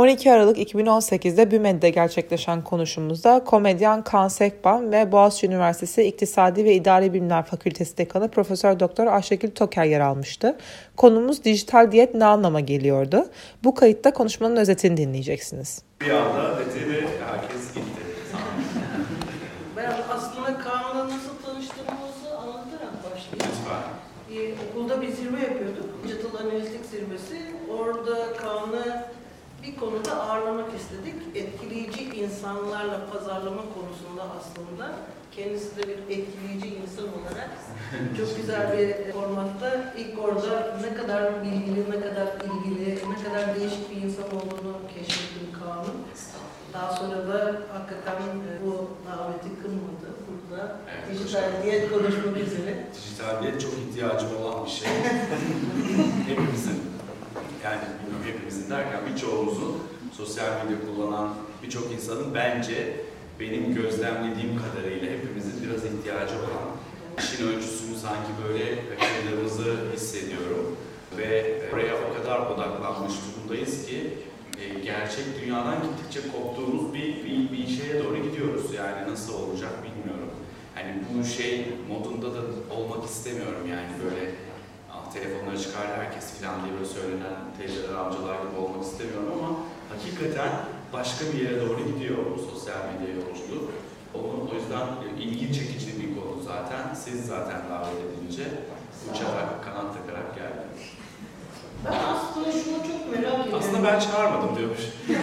12 Aralık 2018'de BÜMED'de gerçekleşen konuşmamızda komedyen Kaan Sekban ve Boğaziçi Üniversitesi İktisadi ve İdari Bilimler Fakültesi Dekanı Profesör Doktor Ayşegül Toker yer almıştı. Konumuz dijital diyet ne anlama geliyordu? Bu kayıtta konuşmanın özetini dinleyeceksiniz. Bir anda dedi ve herkes gitti. Ben aslında Kaan'la nasıl tanıştığımızı anlatarak başlayayım. Lütfen. Okulda bir zirve yapıyorduk. Digital Analitik Zirvesi. Orada Kaan'ı bir konuda ağırlamak istedik. Etkileyici insanlarla pazarlama konusunda aslında. Kendisi de bir etkileyici insan olarak çok güzel bir formatta ilk orada ne kadar bilgili, ne kadar ilgili, ne kadar değişik bir insan olduğunu keşfettim Kaan'ın. Daha sonra da hakikaten bu daveti kırmadı. Burada dijital diyet konuşmak üzere. Dijital diyet çok ihtiyacı olan bir şey. Hepimizin, yani bilmiyorum hepimizin derken birçoğumuzun sosyal medya kullanan birçok insanın bence benim gözlemlediğim kadarıyla hepimizin biraz ihtiyacı olan işin ölçüsünü sanki böyle kaçırdığımızı hissediyorum. Ve oraya o kadar odaklanmış durumdayız ki gerçek dünyadan gittikçe koptuğumuz bir şeye doğru gidiyoruz. Yani nasıl olacak bilmiyorum. Hani bu şey modunda da olmak istemiyorum yani böyle telefonları çıkardı herkes falan diye böyle söylenen teyzeler, amcalar gibi olmak istemiyorum ama hakikaten başka bir yere doğru gidiyor bu sosyal medya yolculuğu. O yüzden ilgi çekici bir konu zaten. Siz zaten davet edince uçarak, kanat takarak geldiniz. Ben aslında şunu çok merak ediyorum. Aslında ben çağırmadım diyormuş.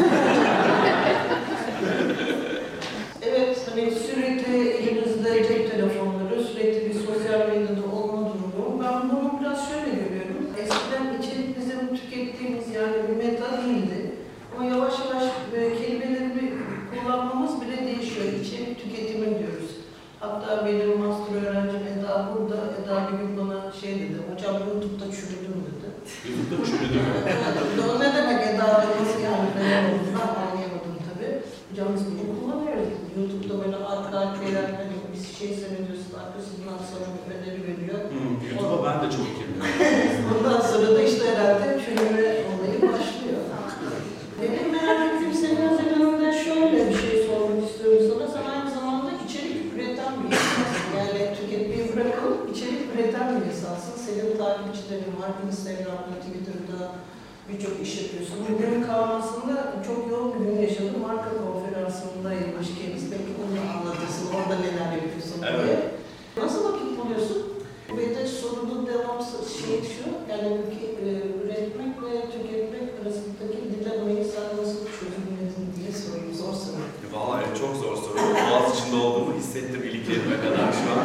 Evet, hani sürekli elimizde cep telefonları, sürekli bir sosyal medyada olma durumu. Ben bunu biraz şöyle görüyorum. Eskiden içerik bizim tükettiğimiz yani bir meta değildi. Ama yavaş yavaş kelimeleri kullanmamız bile değişiyor. İçerik tüketimi diyoruz. Hatta benim master öğrencim Eda burada. Eda bir gün bana şey dedi, hocam YouTube'da çürüdüm dedi. YouTube'da çürüdüm. O ne demek Eda nasıl yani falan olduğunu anlayamadım tabii. Hocam biz bunu kullanıyoruz. YouTube'da böyle arka arkaya hani bir şey seyrediyorsun, arkasından sonra bir öneri veriyor. YouTube'a ben de çok girmiyorum. Ondan sonra da işte herhalde çürüme olayı başlıyor. Benim merak ettiğim senin özelinde şöyle bir şey sormak istiyorum sana. Sen aynı zamanda içerik üreten bir insansın. Yani tüketmeyi bırakalım, içerik üreten bir insansın. Senin takipçilerin var, Instagram'da, Twitter'da birçok iş yapıyorsun. Bugün Kaan aslında çok yoğun bir gün yaşadı. Marka konferansındaymış kendisi. Belki onu da anlatırsın, orada neler yapıyorsun diye. Evet. Nasıl vakit buluyorsun? Benim sorunun devamsız şey şu, yani üretmek ve tüketmek arasındaki dilemayı sen nasıl çözümledin diye sorayım, zor soru. Vallahi çok zor soru. Boğaz içinde olduğumu hissettim iliklerime kadar şu an.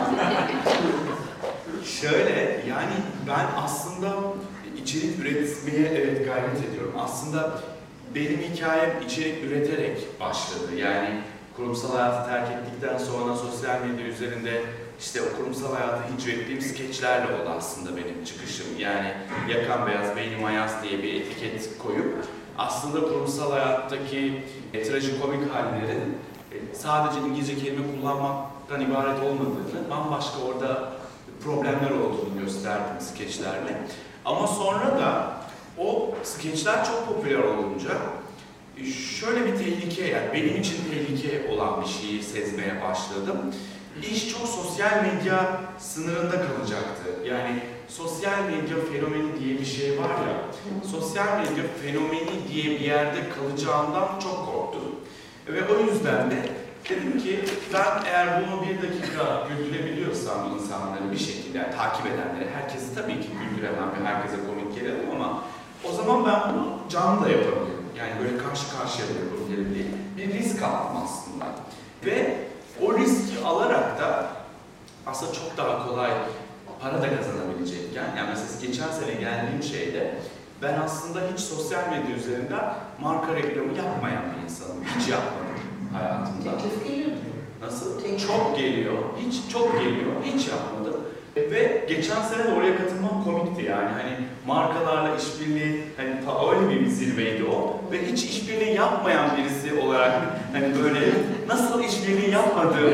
Şöyle, yani ben aslında içerik üretmeye gayret ediyorum. Aslında benim hikayem içerik üreterek başladı. Yani kurumsal hayatı terk ettikten sonra sosyal medya üzerinde işte o kurumsal hayata hicvettiğim skeçlerle oldu aslında benim çıkışım. Yani yakan beyaz, beynim ayaz diye bir etiket koyup aslında kurumsal hayattaki trajikomik hallerin sadece İngilizce kelime kullanmaktan ibaret olmadığını, bambaşka orada problemler olduğunu gösterdim skeçlerle. Ama sonra da o skeçler çok popüler olunca şöyle bir tehlike, yani benim için tehlike olan bir şeyi sezmeye başladım. İş çok sosyal medya sınırında kalacaktı. Yani sosyal medya fenomeni diye bir şey var ya, sosyal medya fenomeni diye bir yerde kalacağından çok korktum. Ve o yüzden de dedim ki ben eğer bunu bir dakika güldürebiliyorsam insanları bir şekilde, yani takip edenleri, herkesi tabii ki güldüremem ve herkese komik gelelim ama o zaman ben bunu canlı da yapabilirim. Yani böyle karşı karşıya da yapabilirim diye bir risk aldım aslında. Ve o riski alarak da aslında çok daha kolay para da kazanabilecekken, yani mesela geçen sene geldiğim şeyde ben aslında hiç sosyal medya üzerinden marka reklamı yapmayan bir insanım. Hiç yapmadım hayatımda. Teklif geliyor mu? Nasıl? Çok geliyor. Çok geliyor. Hiç yapmadım. Ve geçen sene de oraya katılmam komikti yani. Hani markalarla işbirliği, hani öyle bir zirveydi o. Ve hiç işbirliği yapmayan birisi olarak hani böyle nasıl işbirliği yapmadığımı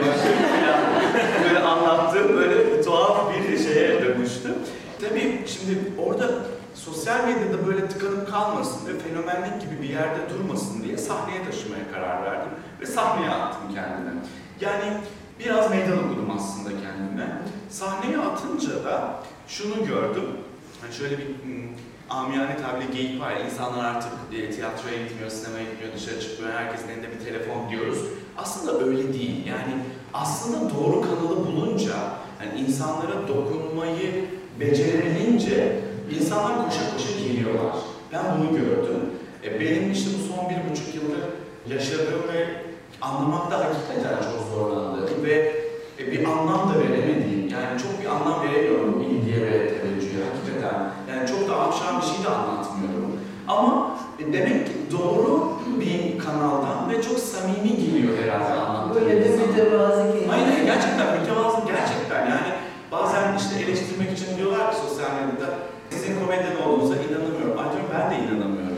böyle anlattığım böyle tuhaf bir şeye dönüştü. Tabii şimdi orada sosyal medyada böyle tıkanıp kalmasın ve fenomenlik gibi bir yerde durmasın diye sahneye taşımaya karar verdim ve sahneye attım kendimi. Yani biraz meydan okudum aslında kendime. Sahneye atınca da şunu gördüm. Hani şöyle bir amiyane tabiri geyik var. İnsanlar artık tiyatroya gitmiyor, sinemaya gitmiyor, dışarı çıkmıyor, herkesin elinde bir telefon diyoruz. Aslında öyle değil. Yani aslında doğru kanalı bulunca, yani insanlara dokunmayı becerebilince insanlar koşa koşa geliyorlar. Ben bunu gördüm. Benim işte bu son 1,5 yıldır yaşadığım ve anlamakta hakikaten çok zorlandığım ve bir anlam da veremediğim, yani çok bir anlam veremiyorum bu ilgiye ve teveccühe hakikaten. Yani çok da akşam bir şey de anlatmıyorum. Ama demek ki doğru bir kanaldan ve çok samimi geliyor herhalde anlattığım. Böyle de mütevazı geliyor. Hayır, gerçekten mütevazı, gerçekten. Yani bazen işte eleştirmek için diyorlar ki sosyal medyada, sizin komedyen olduğunuza inanamıyorum. Ancak ben de inanamıyorum.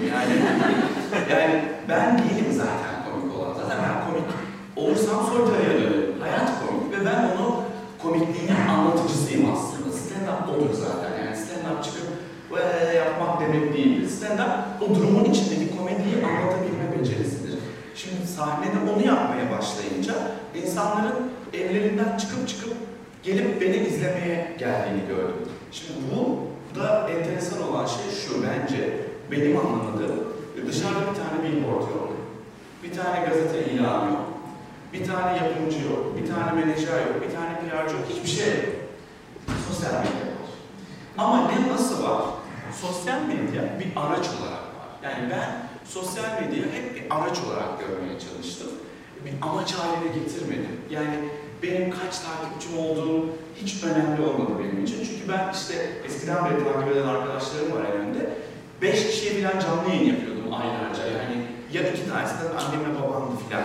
Yani ben değilim zaten komik olan. Zaten ben komik olursam soytarıya dönerim. Hayat komik ve ben onu komikliğinin anlatıcısıyım aslında. Stand-up odur zaten. Yani stand-up çıkıp yapmak demek değildir. Stand-up o durumun içindeki komediyi anlatabilme becerisidir. Şimdi sahnede onu yapmaya başlayınca insanların evlerinden çıkıp gelip beni izlemeye geldiğini gördüm. Şimdi bu da enteresan olan şey şu bence, benim anlamadığım, dışarıda bir tane billboard yok, bir tane gazete ilanı yok, bir tane yapımcı yok, bir tane menajer yok, bir tane PR'cı yok, hiçbir şey yok. Sosyal medya var. Ama ne nasıl var? Sosyal medya bir araç olarak var. Yani ben sosyal medyayı hep bir araç olarak görmeye çalıştım. Bir amaç haline getirmedim. Yani benim kaç takipçim olduğu hiç önemli olmadı benim için. Çünkü ben işte eskiden beri takip eden arkadaşlarım var en önde. 5 kişiye bilen canlı yayın yapıyordum aylarca. Yani ya 2 tanesi de annemle babamdı filan.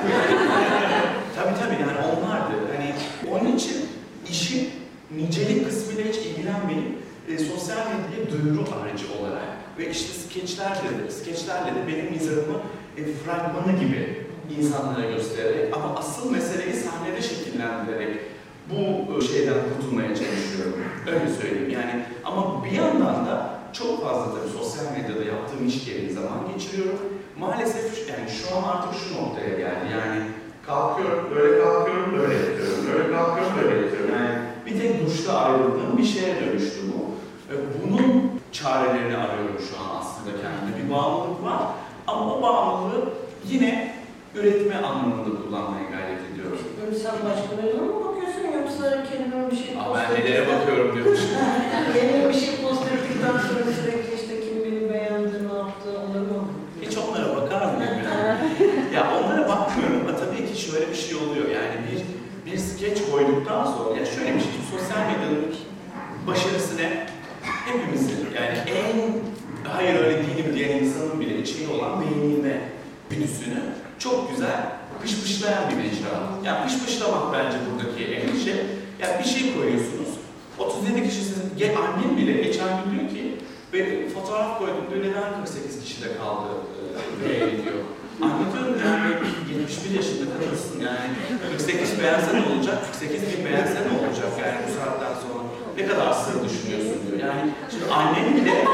Tabii yani onlardı. Hani onun için işin nicelik kısmıyla hiç ilgilenmeyip sosyal medyaya duyuru aracı olarak ve işte skeçlerle de benim mizahımı fragmanı gibi insanlara göstererek ama asıl meseleyi sahnede şekillendirerek bu şeyden kurtulmaya çalışıyorum. Öyle söyleyeyim yani. Ama bir yandan da çok fazla tabii sosyal medyada yaptığım iş gereği zaman geçiriyorum. Maalesef yani şu an artık şu noktaya geldi. Yani kalkıyorum, böyle yapıyorum, böyle kalkıyorum, böyle yapıyorum. Yani bir tek duşta ayrıldığım bir şeye dönüştü bu. Bunun çarelerini arıyorum şu an aslında kendimde. Bir bağımlılık var ama o bağımlılığı yine üretme anlamında kullanmaya gayret ediyorum. Sen başkalarına mı bakıyorsun yoksa kendine bir şey post ben nelere bakıyorum diyormuşum. Kendine bir şey post ettikten sonra sürekli işte kim beni beğendi, ne yaptı, onları mı? Hiç onlara bakar mıyım ya? Ya onlara bakmıyorum ama tabii ki şöyle bir şey oluyor. Yani bir skeç koyduktan sonra, yani şöyle bir şey, sosyal medyanın başarısı ne? Hepimizin, yani hayır öyle değilim diyen insanın bile içinde olan beğenilme güdüsünü çok güzel pışpışlayan bir mecra. Yani pışpışlamak bence buradaki en şey. Yani bir şey koyuyorsunuz, 37 kişi annem bile geçen gün diyor ki, ben fotoğraf koydum diyor, neden 48 kişide kaldı diyor. Anlatıyorum yani 71 yaşında kadınsın yani 48 beğense ne olacak, 48 bin beğense ne olacak yani bu saatten sonra ne kadar sır düşünüyorsun diyor. Yani şimdi annem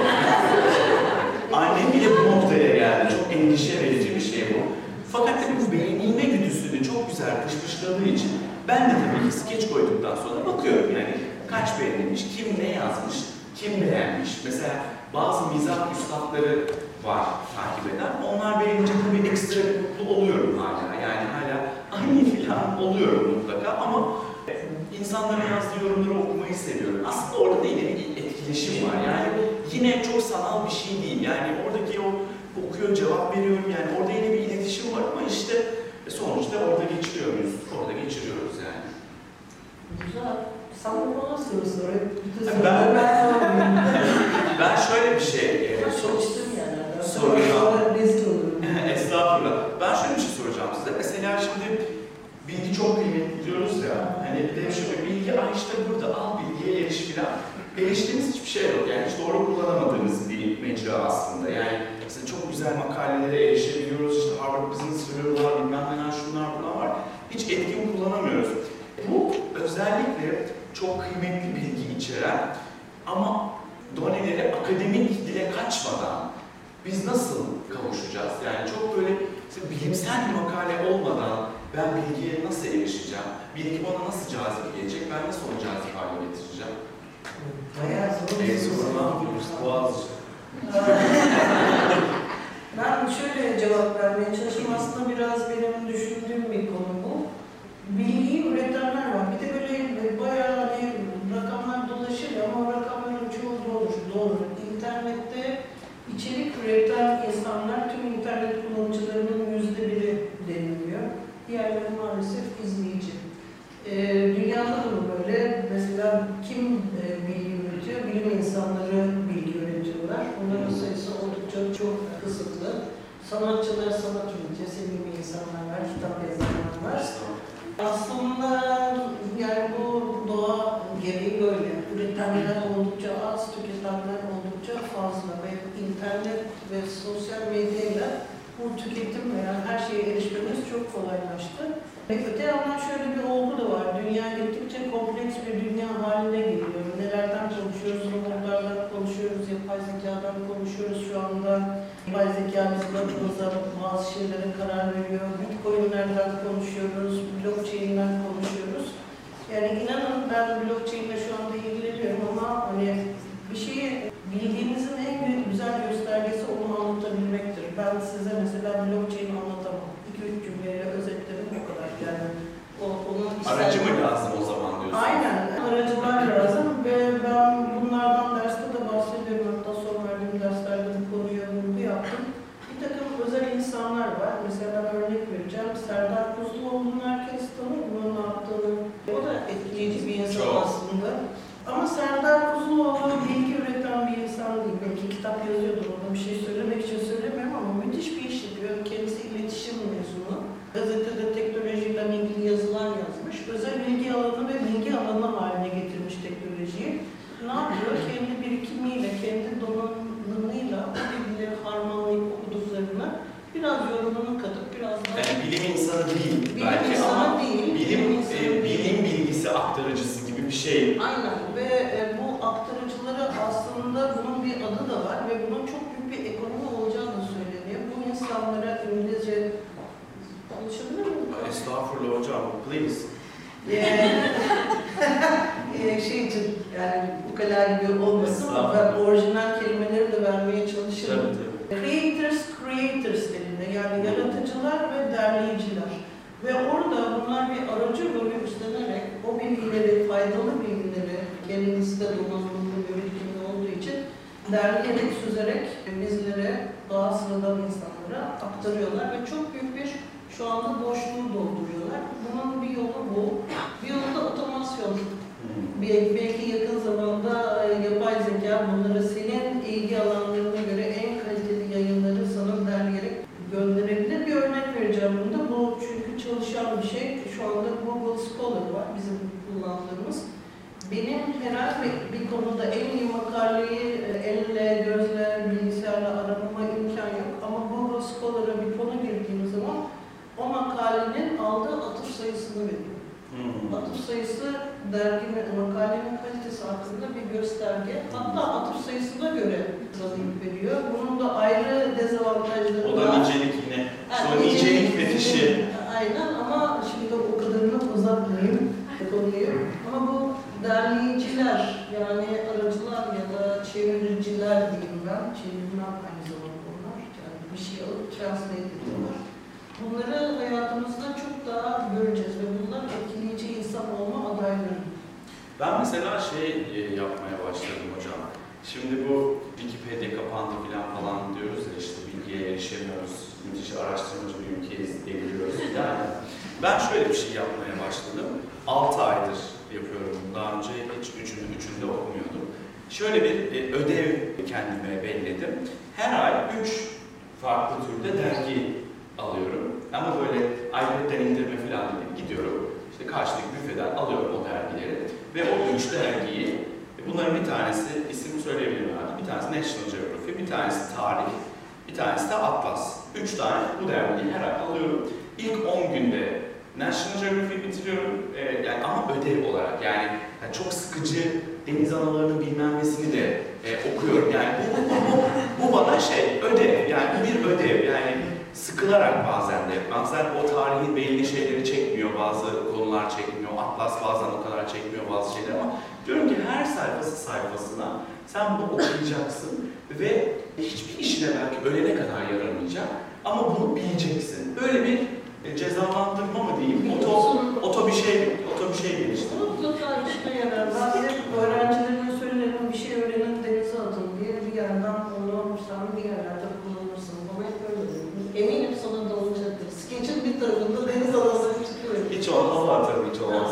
bile bu noktaya geldi. Çok endişe verici bir şey bu. Fakat tabii bu beğenilme güdüsünü çok güzel pışpışladığı için ben de tabii ki skeç koyduktan sonra bakıyorum yani kaç beğenilmiş, kim ne yazmış, kim beğenmiş. Mesela bazı mizah üstadları var takip eden. Onlar beğenince tabii ekstra mutlu oluyorum hala. Yani hala aynı falan oluyorum mutlaka ama insanların yazdığı yorumları okumayı seviyorum. Aslında orada da yine bir etkileşim var. Yani yine çok sanal bir şey değil. Yani oradaki o okuyor, cevap veriyorum. Yani orada yine bir iletişim var ama işte sonuçta orada geçiriyor muyuz? Orada geçiriyoruz yani. Güzel. Sen de bana soru sor. Ben şöyle bir şey Çalıştım yani. soracağım. Rezil olurum. Estağfurullah. Ben şöyle bir şey soracağım size. Mesela şimdi bilgi çok kıymetli diyoruz ya. Hani bir de şöyle bilgi işte burada al bilgiye eriş filan. Eriştiğiniz hiçbir şey yok. Yani hiç doğru kullanamadığınız bir mecra aslında. Yani mesela çok güzel makalelere erişebiliyoruz. İşte Harvard Business Review var, bilmem neler şunlar bunlar var. Hiç etkin kullanamıyoruz. Bu özellikle çok kıymetli bilgi içeren ama doneleri akademik dile kaçmadan biz nasıl kavuşacağız? Yani çok böyle bilimsel bir makale olmadan ben bilgiye nasıl erişeceğim? Bilgi bana nasıl cazip gelecek? Ben nasıl onu cazip hale getireceğim? Bayağı zor. Sonra ne yapıyoruz? Boğaziçi. Ben şöyle cevap vermeye çalışayım. Aslında biraz benim düşündüğüm bir konu bu. Bilgiyi üretenler var. Bir de böyle bayağı hani rakamlar dolaşır ama o rakamların çoğu doğru. İnternette içerik üreten insanlar tüm internet kullanıcılarının %1'i deniliyor. Diğerleri maalesef izleyici. Dünyada da böyle. Mesela kim bilgi üretiyor? Bilim insanları bilgi üretiyorlar. Onların sayısı oldukça çok kısıtlı. Sanatçılar sanat üretiyor. Senin gibi insanlar var, kitap yazanlar var. Aslında yani bu doğa gereği böyle. Üretenler oldukça az, tüketenler oldukça fazla ve internet ve sosyal medyayla bu tüketim veya her şeye erişmemiz çok kolaylaştı. Öte yandan şöyle bir olgu da var. Dünya gittikçe kompleks bir dünya haline geliyor. Nelerden konuşuyoruz, robotlardan konuşuyoruz, yapay zekadan konuşuyoruz şu anda. Yapay zeka bizim adımıza bazı şeylere karar veriyor. Bitcoin'lerden konuşuyoruz, blockchain'den konuşuyoruz. Yani inanın ben blockchain'le şu anda ilgileniyorum ama hani bir şeyi bildiğimizin en güzel göstergesi onu anlatabilmektir. Ben size mesela blockchain'i anlatamam. 2-3 cümleyle özetlerim o kadar yani. Aracı mı lazım o zaman diyorsun? Aynen, aracılar lazım ve ben bunlardan derste de bahsediyorum. Hatta son verdiğim derslerde bu konuya vurgu yaptım. Bir takım özel insanlar var. Mesela ben örnek vereceğim. Serdar Kuzuloğlu'nun herkes tanır mı ne yaptığını? O da etkileyici bir insan aslında. Ama Serdar Kuzuloğlu bilgi üreten bir insan değil. Belki kitap yazıyordur, ona bir şey söylemek için söylemiyorum ama müthiş bir iş yapıyor. Kendisi iletişim mezunu. Gazetede teknolojiyle ilgili yazılar yazmış. Özel bilgi alanı ve bilgi alanı haline getirmiş teknolojiyi. Ne yapıyor? Kendi birikimiyle, kendi donanımıyla o bilgileri harmanlayıp okuduklarını biraz yorumunu katıp biraz daha... Yani bilim insanı değil bilim belki insanı ama değil, bilim bilgisi aktarıcısı gibi bir şey. Aynen ve bu aktarıcıları aslında bunun bir adı da var ve bunun çok büyük bir ekonomi olacağı da söyleniyor. Bu insanlara İngilizce konuşabilir miyim? Estağfurullah hocam, please. Şey için yani bu kadar gibi olmasın ama ben orijinal kelimeleri de vermeye çalışırım. Creators elinde yani yaratıcılar ve derleyiciler. Ve orada bunlar bir aracı rolü üstlenerek o bilgileri, faydalı bilgileri kendisi de donanımlı bir birikimli olduğu için derleyerek, süzerek bizlere, daha sıradan insanlara aktarıyorlar ve çok büyük bir şu anda boşluğu dolduruyorlar. Bunun bir yolu bu. Bir yolu da otomasyon. Belki yakın zamanda yapay zeka bunları senin ilgi alanlarına göre en kaliteli yayınları sana derleyerek gönderebilir. Bir örnek vereceğim bunda. Bu çünkü çalışan bir şey. Şu anda Google Scholar var bizim kullandığımız. Benim herhangi bir konuda en iyi makaleyi elle, gözle, bilgisayarla aramama imkan yok. Ama Google Scholar'a bir konu girdiğim zaman o makalenin aldığı atıf sayısını veriyor. Atıf sayısı derginin, makalenin kalitesi hakkında bir gösterge. Hatta atıf sayısına göre tanıyıp veriyor. Bunun da ayrı dezavantajları var. O da nicelik yine. Sonra nicelik fetişi. Aynen ama şimdi o kadarını uzatmayayım konuyu. Ama bu derleyiciler yani aracılar ya da çeviriciler diyeyim ben. Çevirmen aynı zamanda onlar. Yani bir şey alıp translate ediyorlar. Bunları hayatımızda çok daha göreceğiz ve bunlar etkileyici insan olma adayları. Ben mesela yapmaya başladım hocam. Şimdi bu Wikipedia kapandı falan diyoruz ya işte bilgiye erişemiyoruz, müthiş araştırmacı bir ülkeyiz, deviriyoruz yani. Ben şöyle bir şey yapmaya başladım. 6 aydır yapıyorum. Daha önce hiç üçünde okumuyordum. Şöyle bir ödev kendime belirledim. Her ay 3 farklı türde dergi alıyorum. Ama böyle iPad'den indirme falan değil, gidiyorum. İşte karşıdaki büfeden alıyorum o dergileri. Ve o 3 dergiyi, bunların bir tanesi, isim söyleyebilirim artık, bir tanesi National Geographic, bir tanesi Tarih, bir tanesi de Atlas. 3 tane bu dergiyi her ay alıyorum. İlk 10 günde National Geographic bitiriyorum, yani ama ödev olarak yani çok sıkıcı deniz analarının bilmem nesini de okuyorum. Yani bu bana ödev, yani bir ödev. Yani sıkılarak bazen de. Bazen o tarihin belli şeyleri çekmiyor, bazı konular çekmiyor. Atlas bazen o kadar çekmiyor bazı şeyler ama diyorum ki her sayfasına sen bunu okuyacaksın ve hiçbir işine belki ölene kadar yaramayacak ama bunu bileceksin. Böyle bir cezalandırma mı diyeyim, oto bir şey gelişti. Mutlaka işine yarar. Bazen öğrencilerime söylerim, bir şey öğrenin, denize atın diye bir yerden onu sen bir yerlerde kullanırsın. Bana hep öyle dedim. Eminim sana da olacaktır. Sketch'in bir tarafında deniz anası çıkıyor. Hiç olmaz tabii, hiç olmaz.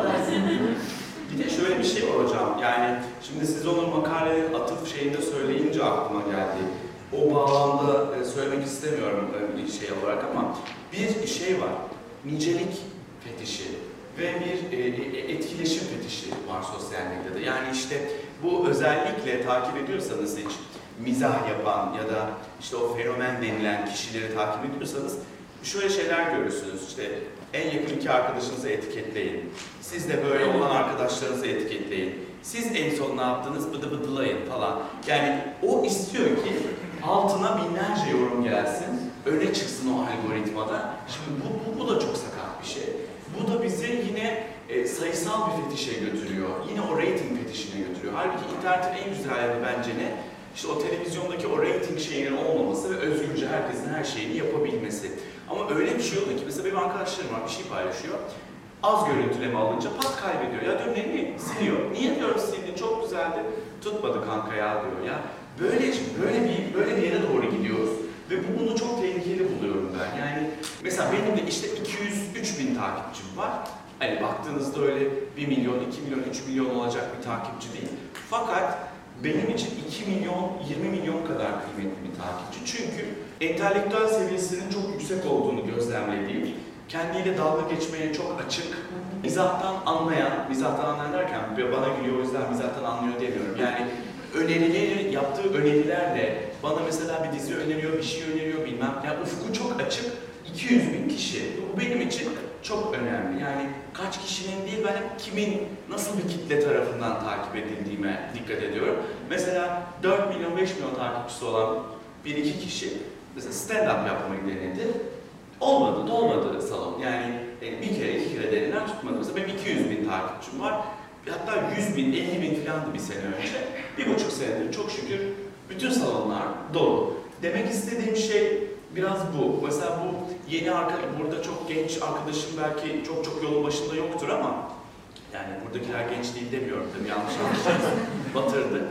Bir de şöyle bir şey var hocam, yani şimdi siz onun makalenin atıf şeyinde söyleyince aklıma geldi. O bağlamda söylemek istemiyorum bir şey olarak ama bir şey var, nicelik fetişi ve bir etkileşim fetişi var sosyal medyada. Yani işte bu özellikle takip ediyorsanız hiç mizah yapan ya da işte o fenomen denilen kişileri takip ediyorsanız şöyle şeyler görürsünüz. İşte en yakın iki arkadaşınızı etiketleyin. Siz de böyle olan arkadaşlarınızı etiketleyin. Siz en son ne yaptınız? Bıdı bıdılayın falan. Yani o istiyor ki altına binlerce yorum gelsin, öne çıksın o algoritmada. Şimdi bu da çok sakat bir şey. Bu da bizi yine sayısal bir fetişe götürüyor. Yine o rating fetişine götürüyor. Halbuki internetin en güzel yanı bence ne? İşte o televizyondaki o rating şeyinin olmaması ve özgürce herkesin her şeyini yapabilmesi. Ama öyle bir şey oluyor ki mesela benim arkadaşlarım var, bir şey paylaşıyor. Az görüntüleme alınca pat kaybediyor. Ya diyorum ne siliyor. Niye diyorum sildin, çok güzeldi. Tutmadı kanka ya diyor ya. Böyle bir yere doğru gidiyoruz. Ve bunu çok tehlikeli buluyorum ben. Yani mesela benim de işte 203 bin takipçim var. Hani baktığınızda öyle 1 milyon, 2 milyon, 3 milyon olacak bir takipçi değil. Fakat benim için 2 milyon, 20 milyon kadar kıymetli bir takipçi. Çünkü entelektüel seviyesinin çok yüksek olduğunu gözlemlediğim, kendiyle dalga geçmeye çok açık, mizahtan anlayan derken bana gülüyor o yüzden mizahtan anlıyor demiyorum. Yani yaptığı önerilerle bana mesela bir dizi öneriyor, bir şey öneriyor bilmem. Yani ufku çok açık, 200 bin kişi. Bu benim için çok önemli. Yani kaç kişinin değil, ben kimin, nasıl bir kitle tarafından takip edildiğime dikkat ediyorum. Mesela 4 milyon, 5 milyon takipçisi olan bir iki kişi mesela stand-up yapmayı denedi. Dolmadı salon. Yani bir kere, iki kere denediler, tutmadı. Mesela benim 200 bin takipçim var. Hatta 100 bin, 50 bin falandı bir sene önce. 1,5 senedir çok şükür bütün salonlar dolu. Demek istediğim şey biraz bu. Mesela bu yeni burada çok genç arkadaşım belki çok yolun başında yoktur ama yani buradakiler genç değil demiyorum tabii, yanlış anlaşılmasın, batırdı.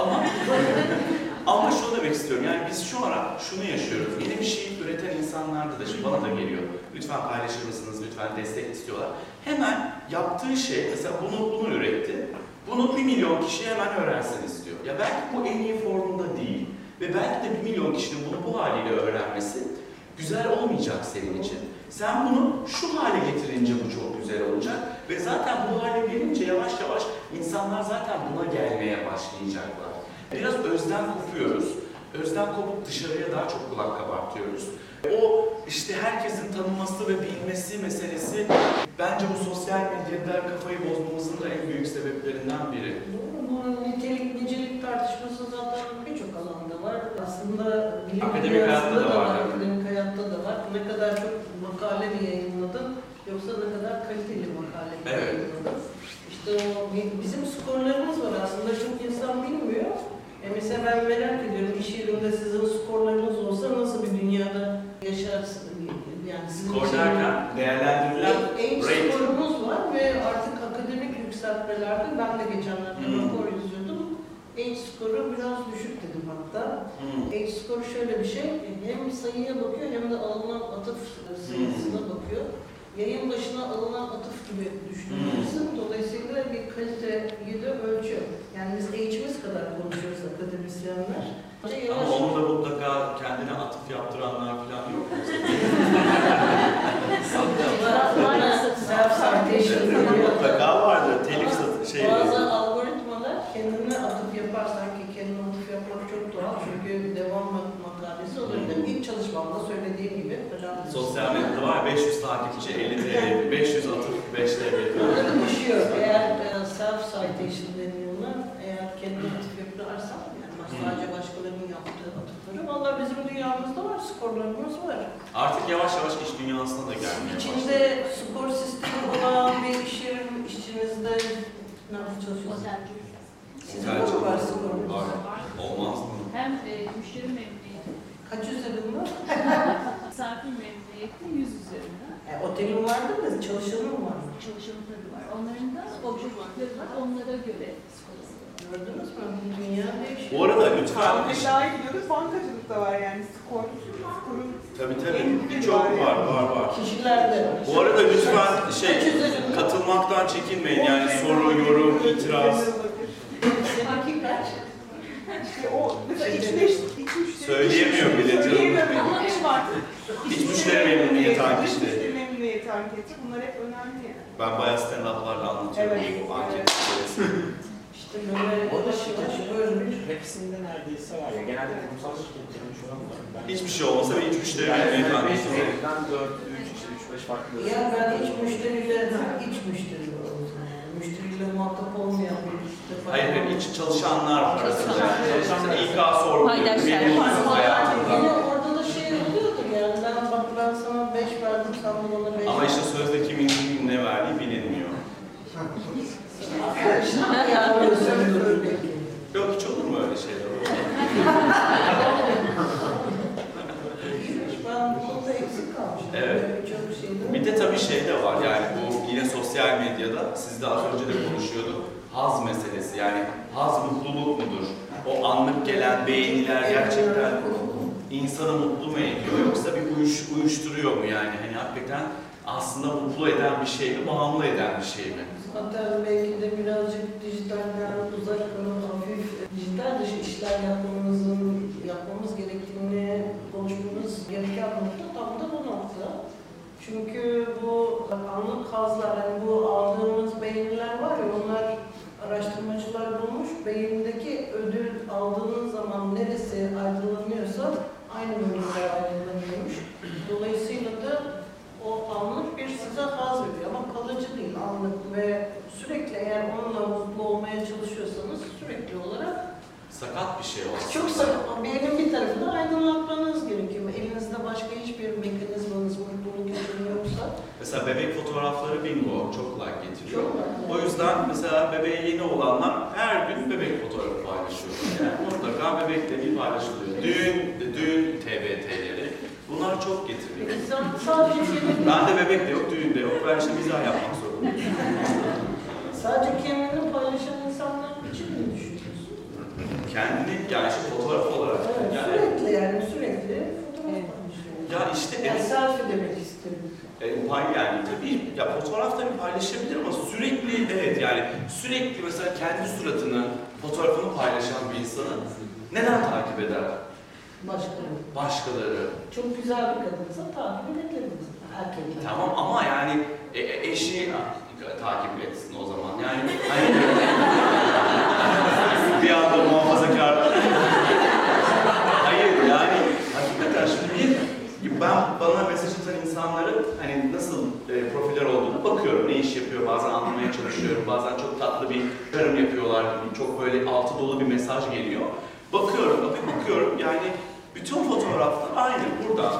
Ama şunu demek istiyorum, yani biz şu ara şunu yaşıyoruz, yeni bir şey üreten insanlar da şimdi bana da geliyor. Lütfen paylaşır mısınız, lütfen destek istiyorlar. Hemen yaptığı şey, mesela bunu üretti, bunu 1 milyon kişi hemen öğrensin istiyor. Ya belki bu en iyi formunda değil ve belki de 1 milyon kişinin bunu bu haliyle öğrenmesi güzel olmayacak senin için. Sen bunu şu hale getirince bu çok güzel olacak ve zaten bu hale gelince yavaş yavaş insanlar zaten buna gelmeye başlayacaklar. Biraz özden kopuyoruz. Özden kopup dışarıya daha çok kulak kabartıyoruz. O işte herkesin tanınması ve bilmesi meselesi bence bu sosyal medyada kafayı bozmamızın da en büyük sebeplerinden biri. Bu nitelik, nicelik tartışması zaten birçok alanda var. Aslında bilim akademik dünyasında hayatta da var. Akademik hayatta da var. Ne kadar çok makale mi yayınladın yoksa ne kadar kaliteli makale mi yayınladın? İşte o bizim skorlarımız var aslında, çok insan bilmiyor. Mesela ben merak ediyorum, iş yerinde sizin skorlarınız olsa nasıl bir dünyada yaşarsınız? Yani skor derken değerlendirilen skorumuz var ve artık akademik yükseltmelerde ben de geçenlerde rapor yazıyordum. H-skoru biraz düşük dedim hatta. H-skoru şöyle bir şey, hem sayıya bakıyor hem de alınan atıf sayısına bakıyor. Yayın başına alınan atıf gibi düşünüyorsun. Dolayısıyla bir kaliteyi de ölçüyor. Yani biz H'imiz kadar konuşuyoruz akademisyenler. Ama onu da mutlaka kendine atıf yaptıranlar falan yok mu? Mutlaka vardır. Telif bazı algoritmalar kendine atıf yaparsan ki kendine atıf yapmak çok doğal çünkü devam makalesi olur. İlk çalışmamda söylediğim gibi falan. Sosyal medyada var 500 takipçi, 50 TL, 500 atıf, 5 TL. Orada düşüyor. Eğer self-citation deniyorlar, eğer kendine atıf yaparsan yaptığı atıkları. Vallahi bizim dünyamızda var, skorlarımız var. Artık yavaş yavaş iş dünyasına da gelmeye başladı. İçinde skor sistemi olan bir iş yerim, işçinizde nerede çalışıyorsunuz? Sizin de mi var skorunuz? Var. Olmaz mı? Hem müşteri memnuniyeti, Kaç üzerinde var? misafir memnuniyeti 100 üzerinde. Otelin vardır da çalışanın var. Çalışanı tabii var. Onların da objektifleri var. Onlara göre skor alıyorlar. Gördünüz mü? Bu dünya değişiyor. Bu arada lütfen... Daha gidiyoruz, bankacılık da var yani skor. Skorun Tabii. Birçok var. Kişilerde. Bu arada lütfen katılmaktan çekinmeyin. Yani soru, yorum, itiraz. Seninki kaç? İşte o mesela iç müşteri. Söyleyemiyor bile canım. Söyleyemiyor ama iş var. İç müşteri memnuniyeti anketi. İç müşteri memnuniyeti anketi. Bunlar hep önemli yani. Ben bayağı stand-up'larla anlatıyorum bu anket içerisinde. İşte böyle ölmüş. Hepsinde neredeyse var ya. Genelde kurumsal şirketlerin şu an var. Hiçbir şey olmasa bir iç müşteri memnuniyeti anketi var. 4, 3 farklı. Ya ben iç müşteriyle müşteriyle muhatap olmayan bir Hayır, iç çalışanlar arasında. Mesela İK sorguluyor. Memnunsun Yine hayatında. orada da şey oluyordu yani ben sana 5 verdim sen bana 5 Ama işte sözde kimin ne verdiği bilinmiyor. Yok hiç olur mu öyle şeyler? Ben bu konuda eksik kalmışım. Evet. Çok şeyde. Bir de tabii şey de var yani bu yine sosyal medyada siz de az önce de konuşuyorduk. Haz meselesi yani haz mutluluk mudur? O anlık gelen beğeniler gerçekten insanı mutlu mu ediyor yoksa bir uyuşturuyor mu yani? Hani hakikaten aslında mutlu eden bir şey mi, bağımlı eden bir şey mi? Hatta belki de birazcık dijitalden uzak kalıp hafif dijital dışı işler yapmamız gerektiğini konuşmamız gereken nokta tam da bu nokta. Çünkü bu anlık hazlar, yani bu aldığımız beğeniler var ya, onlar araştırmacılar bulmuş, beyindeki ödül aldığınız zaman neresi aydınlanıyorsa aynı bölümler aydınlanıyormuş. Dolayısıyla da o anlık bir size haz veriyor ama kalıcı değil, anlık ve sürekli eğer onunla mutlu olmaya çalışıyorsanız sürekli olarak Sakat bir şey olsun. çok sakat. Beynin bir tarafını aydınlatmanız gerekiyor. Elinizde başka hiçbir mekanizmanız, mutluluk için yoksa. Mesela bebek fotoğrafları bingo çok like getiriyor. Çok like. O yüzden mesela bebeğe yeni olanlar her gün bebek fotoğrafı paylaşıyor. Yani mutlaka bebekle bir paylaşılıyor. Düğün TBT'leri. Bunlar çok getiriyor. İnsan sadece kendini, Ben de bebek de yok, düğün de yok. Ben işte mizah yapmak zorundayım. sadece kendini paylaşan insanlar için mi düşünüyorsun? Kendini yani işte fotoğraf olarak. Evet, Yani, sürekli fotoğraf paylaşıyor. ya işte Yani selfie demek istedim. yani tabii ya fotoğraf tabii paylaşabilir ama sürekli evet yani sürekli mesela kendi suratını, fotoğrafını paylaşan bir insanı neden takip eder? Başkaları. Çok güzel bir kadınsa takip edebiliriz. Erkekler. Tamam ama yani eşi takip etsin o zaman. Yani hani bir anda muhafazakar. Hayır yani hakikaten şimdi bana mesaj atan insanların hani nasıl profiller olduğunu bakıyorum. Ne iş yapıyor bazen anlamaya çalışıyorum. Bazen çok tatlı bir yorum yapıyorlar. Çok böyle altı dolu bir mesaj geliyor. Bakıyorum yani bütün fotoğraflar aynı. Buradan.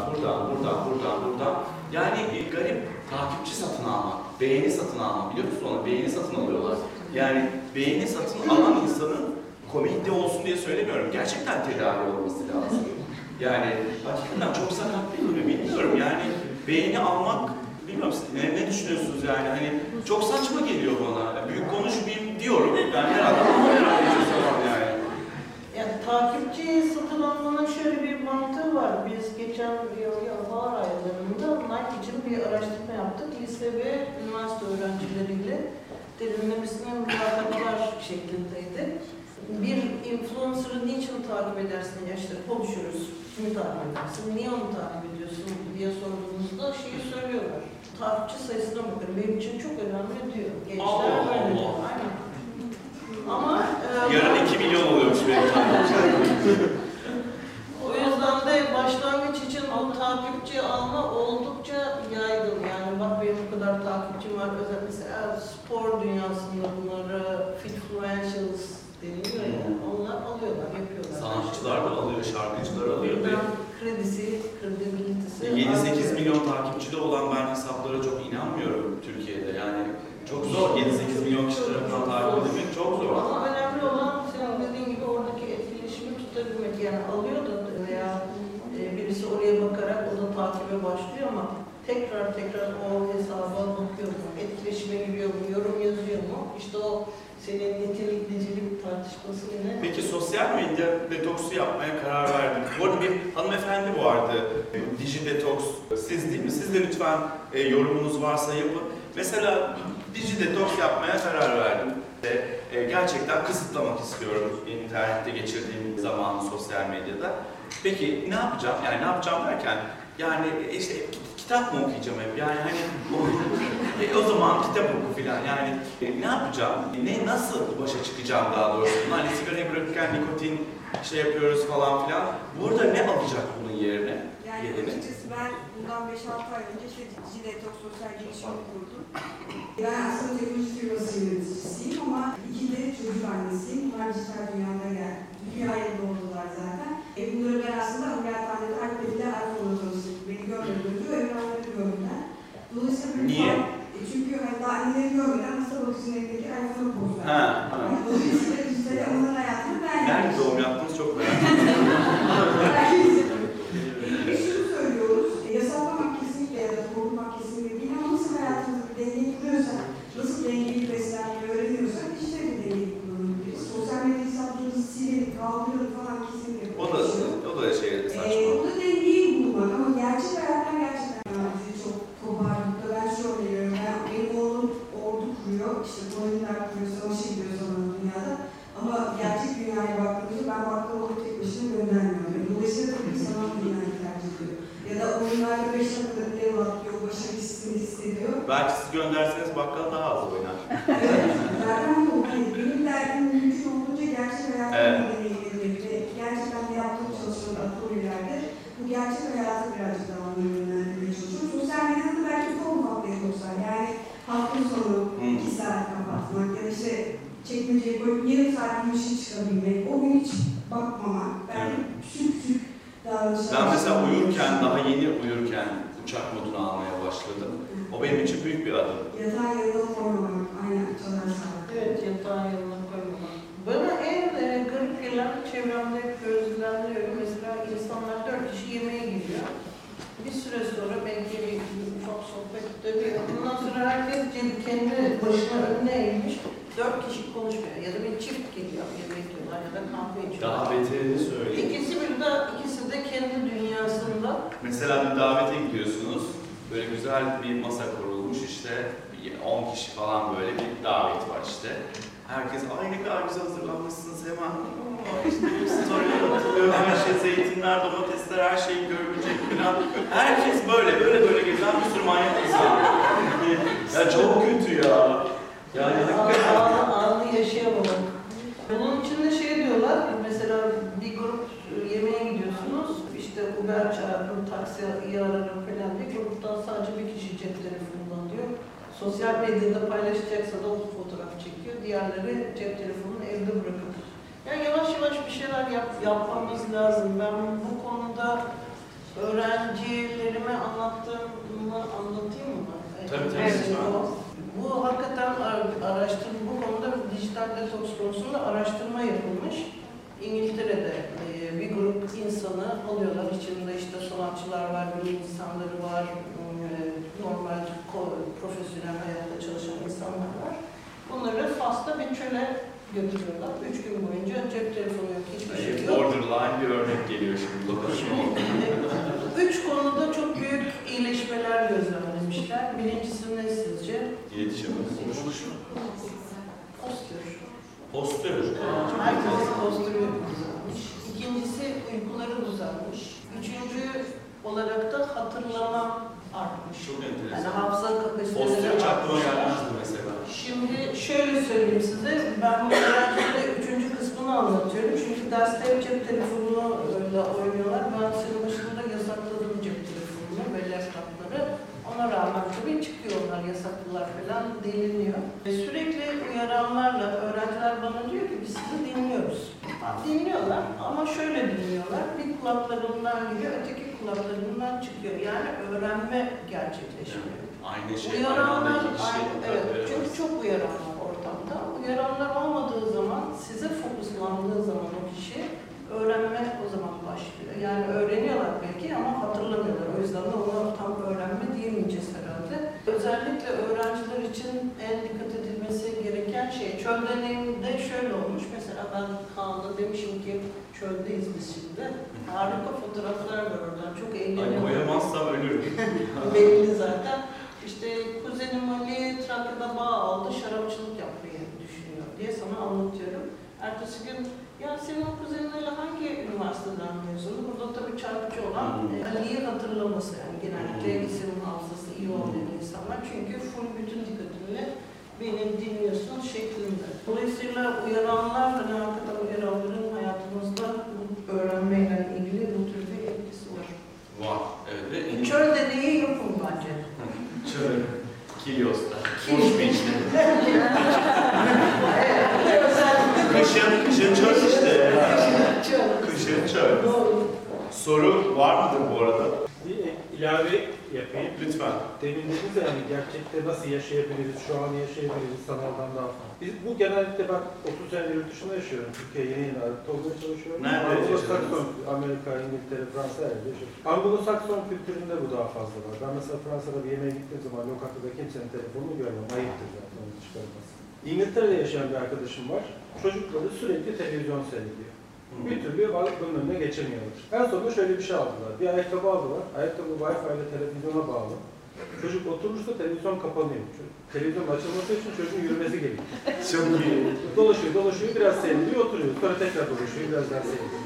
Yani garip takipçi satın almak, beğeni satın almak. Biliyor musun onu? Beğeni satın alıyorlar. Yani beğeni satın alan insanın komikte olsun diye söylemiyorum. Gerçekten tedavi olması lazım. Yani hakikaten çok sakat değil mi bilmiyorum. Yani beğeni almak, bilmiyorum ne düşünüyorsunuz yani? Hani çok saçma geliyor bana. Büyük konuşmayayım diyorum. Ben herhalde yani. Yani takipçi satın almanın şöyle bir mantığı var. Biz geçen bahar aylarında Nike için bir araştırma yaptık. Lise ve üniversite öğrencileriyle derinlemesine mülakatlar şeklindeydi. Bir influencer'ı niçin takip edersin? Ya işte konuşuruz. Kimi takip edersin? Niye onu takip ediyorsun diye sorduğumuzda şeyi söylüyorlar. Takipçi sayısına bakın. Benim için çok önemli diyor. Gençler böyle diyor. Aynen. Ama yarın 2 milyon oluyormuş benim takipçilerim. o yüzden de başlangıç için o takipçi alma oldukça yaygın. Yani bak benim bu kadar takipçim var. Özellikle mesela spor dünyasında bunları fitfluentials deniliyor ya, onlar alıyorlar, yapıyorlar. Sanatçılar da alıyor, şarkıcılar alıyor. Ben kredisi, kredibilitesi... 7-8 milyon takipçili olan ben hesaplara çok inanmıyorum Türkiye'de. Yani çok zor. 7-8 milyon kişi tarafından takip edilmek çok zor. Ama önemli olan senin dediğin gibi oradaki etkileşimi tutabilmek. Yani alıyor da veya birisi oraya bakarak o da takibe başlıyor ama tekrar o hesaba bakıyor mu? Etkileşime giriyor mu? Yorum yazıyor mu? İşte o senin nitelik niceli bir tartışması yine. Peki sosyal medya detoksu yapmaya karar verdim. Bu arada bir hanımefendi vardı. Dijidetoks. Siz değil mi? Siz de lütfen yorumunuz varsa yapın. Mesela Dijidetoks yapmaya karar verdim. Gerçekten kısıtlamak istiyorum internette geçirdiğim zamanı sosyal medyada. Peki ne yapacağım? Yani ne yapacağım derken yani işte kitap mı okuyacağım hep? Yani hani o zaman kitap oku filan. Yani ne yapacağım? Nasıl başa çıkacağım daha doğrusu? Hani sigarayı bırakırken nikotin şey yapıyoruz falan filan. Burada ne alacak bunun yerine? Yani açıkçası ben bundan 5-6 ay önce işte Dijidetoks sosyal girişimini kurdum. Ben aslında teknoloji firması yöneticisiyim ama 2 de çocuk annesiyim. Bunlar dijital dünyada geldi. 2 ayda oldular zaten. Bunları ben aslında ameliyathanede iPad'le iPhone'la tanıştım. Beni görmeden önce o evrenleri gördüler. Dolayısıyla niye? Çünkü hani daha anneleri görmeden hasta bakıcının elindeki iPhone'a poz verdim. Ha. Dolayısıyla dijitale onların hayatını ben Nerede doğum yaptınız çok merak ediyorum. Biz şunu söylüyoruz, yasaklamak kesinlikle ya da korkmak kesinlikle değil ama nasıl hayatımızda bir dengeyi kuruyorsak, nasıl dengeyi beslenmeyi öğreniyorsak işte bir dengeyi kullanabiliriz. Sosyal medya hesaplarımızı silelim, kaldıralım falan kesinlikle. O da şey saçma. Orada dengeyi bulmak ama gerçek hayattan gerçekten bizi çok kopardıkta ben şöyle görüyorum. Benim oğlum ordu kuruyor, işte koloniler kuruyor, savaşa gidiyor zaman dünyada. Ama gerçek dünyaya baktığımızda ben baklavaları tek başına göndermiyorum. Dolayısıyla tabii ki sanat dünyayı tercih ediyor. Ya da oyunlarda 5 dakikada bir dev atlıyor, başarı hissediyor. Belki siz gönderseniz bakkal daha az oynar. Evet, zaten bu. Benim derdim mümkün olduğunca gerçek hayatımı deneyimlemek ve gerçekten de yaptığım çalışmalar, atölyelerde bu gerçek hayatı birazcık daha yönlendirmeye çalışıyorum. Sosyal medyada da belki çok ufak detoklar. Yani hafta sonu 2 saat kapatmak ya da işte çekmeceye koyup yarım saat bir şey çıkabilmek, o gün hiç bakmamak, belki küçük davranışlar... Ben mesela daha yeni uyurken uçak modunu almaya başladım. O benim için büyük bir adım. Yatağın yanına koymamak, aynen çalarsan. Evet, yatağın yanına koymamak. Bana en garip gelen çevremde hep gözlemliyorum. Mesela insanlar 4 kişi yemeğe gidiyor. Bir süre sonra belki bir ufak sohbet dönüyor. Ondan sonra herkes kendi başına önüne eğilmiş. 4 kişi konuşmuyor ya da bir çift geliyor, yemek yiyorlar ya da kahve içiyorlar. Daha beterini söyleyeyim. İkisi de kendi dünyasında. Mesela bir davete gidiyorsunuz. Böyle güzel bir masa kurulmuş işte 10 kişi falan böyle bir davet var işte. Herkes ay ne kadar güzel hazırlanmışsınız hemen. İşte bir story atılıyor, her şey zeytinler, domatesler, her şey görülecek falan. Herkes böyle gezen bir sürü manyak insan. Ya çok kötü ya. Yani Anı yaşayamam. Bunun için de şey diyorlar, mesela bir grup yemeğe gidiyorsunuz, işte Uber çağırırım, taksiyi ararım falan diye gruptan sadece bir kişi cep telefonundan diyor. Sosyal medyada paylaşacaksa da o fotoğraf çekiyor, diğerleri cep telefonunu evde bırakıyor. Yani yavaş yavaş bir şeyler yapmamız lazım. Ben bu konuda öğrencilerime anlattığımı anlatayım mı? Tabii. Bu hakikaten bu konuda dijital detoks konusunda araştırma yapılmış. İngiltere'de bir grup insanı alıyorlar. İçinde işte sanatçılar var, bilim insanları var, normal profesyonel hayatta çalışan insanlar var. Bunları Fas'ta bir çöle götürüyorlar. 3 gün boyunca cep telefonu yok, hiçbir şey yok. Borderline bir örnek geliyor şimdi. 3 konuda çok büyük iyileşmeler gözlemlemişler. Birincisi ne sizce? İletişim. Postür. Postür. Herkesin postürü düzelmiş. İkincisi uykuları düzelmiş. Üçüncü olarak da hatırlama artmış. Çok enteresan. Yani hafıza kapasiteleri Postür hiç aklıma artmış. gelmezdi mesela. Şimdi şöyle söyleyeyim size, ben bu öğrencilere 3. kısmını anlatıyorum. Çünkü derste hep cep telefonuyla oynuyorlar. Ben senin başında yasakladım cep telefonunu ve laptopları. Ona rağmen tabii öğretmeye çıkıyorlar, yasaklılar falan deliniyor. Sürekli uyaranlarla öğrenciler bana diyor ki biz sizi dinliyoruz. Dinliyorlar ama şöyle dinliyorlar, bir kulaklarından giriyor, öteki kulaklarından çıkıyor. Yani öğrenme gerçekleşmiyor. Aynı şey, Uyaranlar, aynı anda iki şey. evet, çünkü çok uyaran var ortamda. Uyaranlar olmadığı zaman, size fokuslandığı zaman o kişi, öğrenme o zaman başlıyor. Yani öğreniyorlar belki ama hatırlamıyorlar. O yüzden de ona tam öğrenme diyemeyeceğiz herhalde. Özellikle öğrenciler için en dikkat edilmesi gereken şey, çöl deneyiminde şöyle olmuş. Mesela ben Kaan'da demişim ki çöldeyiz biz şimdi. Harika fotoğraflar var oradan. Çok eğleniyorum. Ay koyamazsam ölürüm. Belli zaten. İşte kuzenim Ali Trakya'da bağ aldı, şarapçılık yapmayı düşünüyor diye sana anlatıyorum. Ertesi gün, ya senin o kuzenin Ali hangi üniversiteden mezunu? Burada tabii çarpıcı olan Ali'yi hatırlaması. Yani genellikle isim hafızası iyi olmayan insanlar. Çünkü full bütün dikkatinle beni dinliyorsun şeklinde. Dolayısıyla uyaranlar, hani hakikaten uyaranların hayatımızda öğrenmeyle ilgili bu tür bir etkisi var. Var. Evet. Çöl deneyi yapın bence. Çöl. Kilyos'ta. Boş bir işte. Kışın çöl işte. Kışın çöl. Soru var mıdır bu arada? Bir ilave yapayım. Lütfen. Demin dediniz ya, yani gerçekte nasıl yaşayabiliriz, şu an yaşayabiliriz sanaldan daha fazla. Bu genellikle ben 30 senedir yurt dışında yaşıyorum. Türkiye yeni adapte olmaya çalışıyorum. Nerede Anglo-Sakson, Amerika, İngiltere, Fransa herhalde yaşıyorum. Anglo-Sakson kültüründe bu daha fazla var. Ben mesela Fransa'da bir yemeğe gittiğim zaman lokantada kimsenin telefonunu görmem. Ayıptır zaten onu çıkarması. İngiltere'de yaşayan bir arkadaşım var. Çocukları sürekli televizyon seyrediyor. Bir türlü bunun önüne geçemiyorlar. En sonunda şöyle bir şey aldılar. Bir ayakkabı aldılar. Ayakkabı Wi-Fi ile televizyona bağlı. Çocuk oturursa televizyon kapanıyor. Televizyon açılması için çocuğun yürümesi gerekiyor. Çok iyi. Dolaşıyor, biraz seyrediyor, oturuyor. Sonra tekrar dolaşıyor, biraz daha seyrediyor.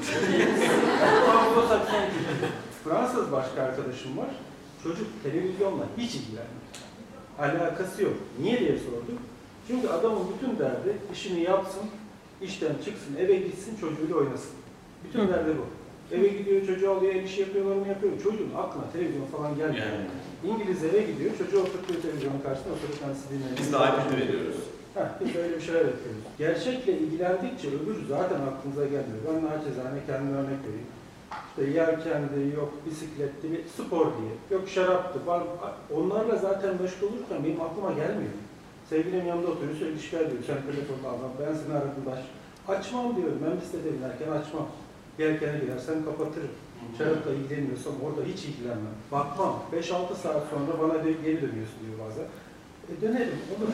Fransız başka arkadaşım var. Çocuk televizyonla hiç ilgilenmiyor. Alakası yok. Niye diye sordum. Çünkü adamın bütün derdi işini yapsın, işten çıksın, eve gitsin, çocuğuyla oynasın. Bütün derdi bu. Eve gidiyor, çocuğu alıyor, el işi yapıyorlar, onu yapıyor. Çocuğun aklına televizyon falan gelmiyor. Yani. İngiliz eve gidiyor, çocuğu oturtuyor televizyonun karşısına, oturup kendisi dinleniyor. Biz de iPad veriyoruz. Biz de öyle bir şeyler yapıyoruz. Gerçekle ilgilendikçe öbür zaten aklınıza gelmiyor. Ben naçizane kendime örnek vereyim. İşte yelkendi, yok bisikletti, bir spor diye, yok şaraptı. Onlarla zaten meşgul olurken benim aklıma gelmiyor. Sevgilim yanımda oturuyor, sürekli şikayet ediyor. Sen telefonla al, ben seni aradım açmam diyorum, ben listede binerken açmam. Yelkene girersen kapatırım. Şarapla ilgileniyorsam orada hiç ilgilenmem. Bakmam. 5-6 saat sonra bana geri dönüyorsun diyor bazen. Dönerim, olur.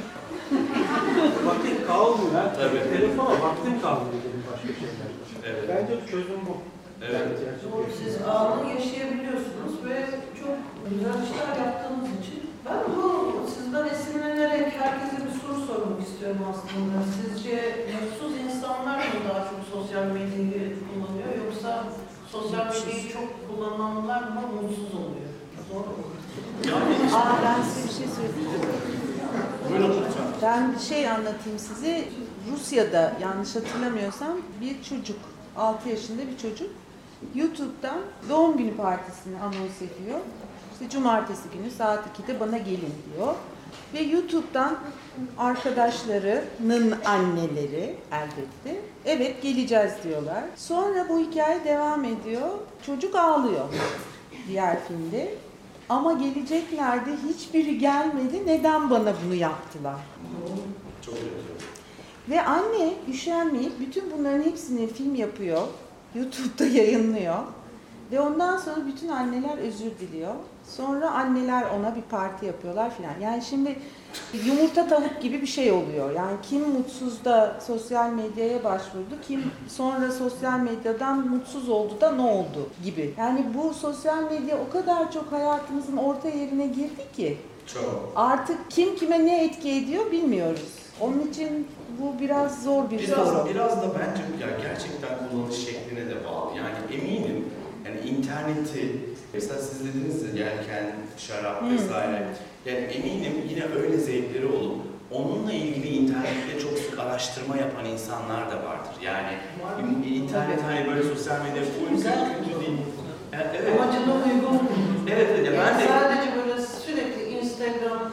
Vakit kalmıyor. Tabii. Telefona vaktim kalmıyor benim başka şeyler. Evet. Bence çözüm bu. Evet. Doğru, siz anı yaşayabiliyorsunuz ve çok güzel işler yaptığınız için. Ben bu sizden esinlenerek herkese bir soru sormak istiyorum aslında. Sizce mutsuz insanlar mı daha çok sosyal medyayı kullanıyor yoksa sosyal medyayı çok kullananlar mı mutsuz oluyor? Zor mu? Ben size bir şey söyleyeyim. Buyurun lütfen. Ben bir şey anlatayım size. Rusya'da yanlış hatırlamıyorsam bir çocuk, 6 yaşında bir çocuk YouTube'dan doğum günü partisini anons ediyor. İşte cumartesi günü saat 2'de bana gelin diyor. Ve YouTube'dan arkadaşlarının anneleri elbette evet geleceğiz diyorlar. Sonra bu hikaye devam ediyor. Çocuk ağlıyor diğer filmde. Ama geleceklerdi hiçbiri gelmedi. Neden bana bunu yaptılar? Çok güzel. Ve anne üşenmeyip bütün bunların hepsini film yapıyor. YouTube'da yayınlıyor. Ve ondan sonra bütün anneler özür diliyor. Sonra anneler ona bir parti yapıyorlar filan. Yani şimdi yumurta tavuk gibi bir şey oluyor. Yani kim mutsuz da sosyal medyaya başvurdu, kim sonra sosyal medyadan mutsuz oldu da ne oldu gibi. Yani bu sosyal medya o kadar çok hayatımızın orta yerine girdi ki çok. artık kim kime ne etki ediyor bilmiyoruz. Onun için bu biraz zor bir soru. Biraz da bence ya gerçekten kullanış şekline de bağlı. Yani eminim yani interneti, mesela siz dediniz ya yelken, şarap vesaire. Yani eminim yine öyle zevkleri olup onunla ilgili internette çok sık araştırma yapan insanlar da vardır. Yani internet hani böyle sosyal medya uygun değil. Yani, evet. Amacına uygun. Evet, Yani ben de sadece böyle sürekli Instagram,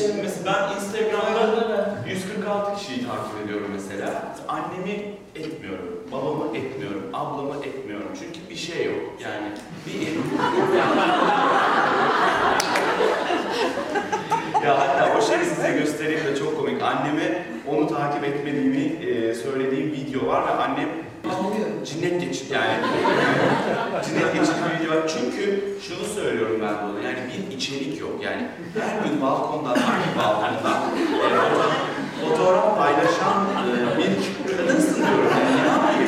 Mesela ben Instagram'da 146 kişiyi takip ediyorum mesela. Annemi etmiyorum, babamı etmiyorum, ablamı etmiyorum. Çünkü bir şey yok. Yani bir ya hatta o şeyi size göstereyim de çok komik. Anneme onu takip etmediğimi söylediğim video var ve annem cinnet geçirdi yani. Cinnet geçirdiği bir video var. Çünkü şunu söylüyorum ben de ona, yani bir içerik yok. Yani her gün balkondan, hangi balkondan fotoğraf paylaşan bir kadınsın diyorum. Yani ne yapayım?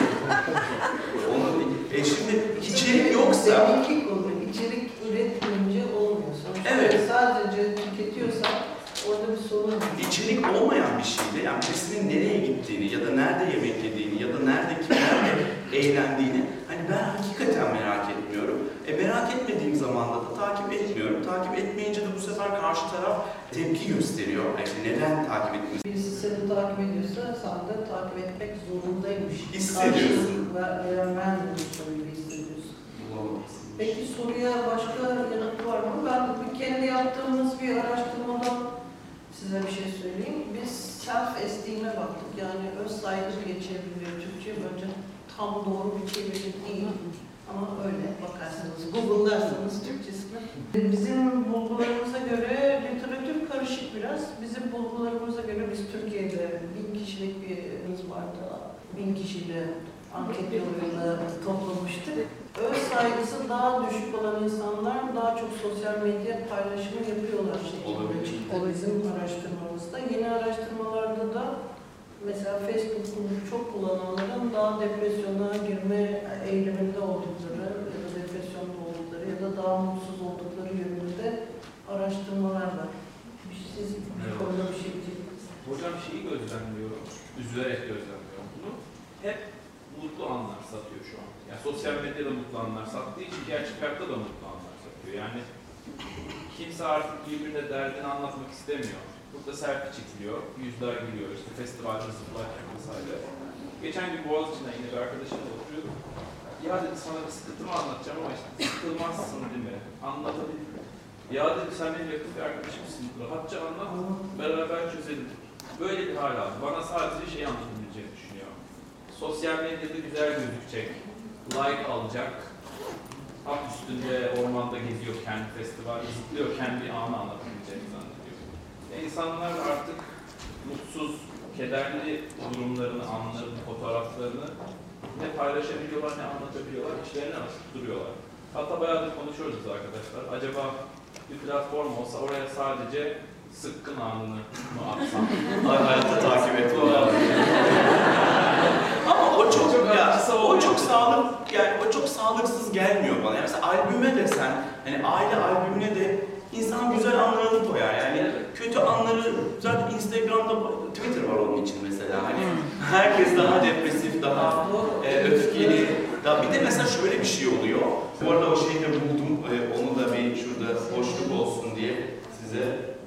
Şimdi içerik yoksa... Deminki konu, içerik üretmeyince olmuyor. Sonuçta evet. Sadece tüketiyorsan orada bir sorun var. İçerik olmayan bir şeyde, yani birisinin nereye gittiğini ya da nerede yemek yediğini ya da nerede kimlerle eğlendiğini hani ben hakikaten merak etmiyorum. Merak etmediğim zamanda da takip etmiyorum. Takip etmeyince de bu sefer karşı taraf tepki gösteriyor. Yani neden takip etmiyorsun? Birisi seni takip ediyorsa sen de takip etmek zorundaymış. Hissediyorsun. Vermen soruyla hissediyorsun. Peki soruya başka yanıt var mı? Ben kendi yaptığımız bir araştırmadan size bir şey söyleyeyim. Biz self-esteem'e baktık. Yani öz saygı diye çevriliyor Türkçe. Bence tam doğru bir çeviri değil. Ama öyle bakarsanız, Google'larsanız Türkçesine. Bizim bulgularımıza göre literatür karışık biraz. Bizim bulgularımıza göre biz Türkiye'de 1000 kişilik bir birimiz vardı. 1000 kişiyle anket yoluyla toplamıştık. Öz saygısı daha düşük olan insanlar daha çok sosyal medya paylaşımı yapıyorlar şeklinde çıktı bizim araştırmamızda. Yeni araştırmalarda da mesela Facebook'u çok kullananların daha depresyona girme eyleminde oldukları ya da depresyonda oldukları ya da daha mutsuz oldukları yönünde araştırmalar var. Siz bu konuda bir şey diyeceksiniz. Hocam şeyi gözlemliyorum, üzülerek gözlemliyorum bunu. Hep mutlu anlar satıyor şu an. Yani sosyal medyada mutlu anlar sattığı için gerçek hayatta da mutlu anlar satıyor. Yani kimse artık birbirine derdini anlatmak istemiyor. Burada selfie çekiliyor, yüzler gülüyor, işte festivalde zıplarken vesaire. Geçen gün Boğaziçi'nden yine bir arkadaşımla oturuyorduk. Ya dedi sana bir sıkıntımı anlatacağım ama işte sıkılmazsın değil mi? Anlatabilir miyim? Ya dedi sen benim yakın bir arkadaşımsın, rahatça anlat, beraber çözelim. Böyle bir hal aldı. Bana sadece şey anlatabileceğini düşünüyor. Sosyal medyada güzel gözükecek, like alacak, hap üstünde ormanda geziyorken, festivalde zıplıyorken bir anı anlatabileceğini zannediyor. İnsanlar artık mutsuz, kederli durumlarını, anlarını, fotoğraflarını ne paylaşabiliyorlar ne anlatabiliyorlar, içlerine atıp duruyorlar. Hatta bayağı da konuşuyoruz arkadaşlar. Acaba bir platform olsa oraya sadece sıkkın anını mı atsam? Hayatta takip etmiyorlar. Ama o çok o çok sağlıksız gelmiyor bana. Yani mesela albüme desen, hani aile albümüne de insan güzel anlarını koyar. Yani kötü anları zaten Instagram'da, Twitter var onun için mesela. Hani herkes daha depresif, daha öfkeli. Bir de mesela şöyle bir şey oluyor. Bu arada o şeyi de buldum. Onu da bir şurada boşluk olsun diye size.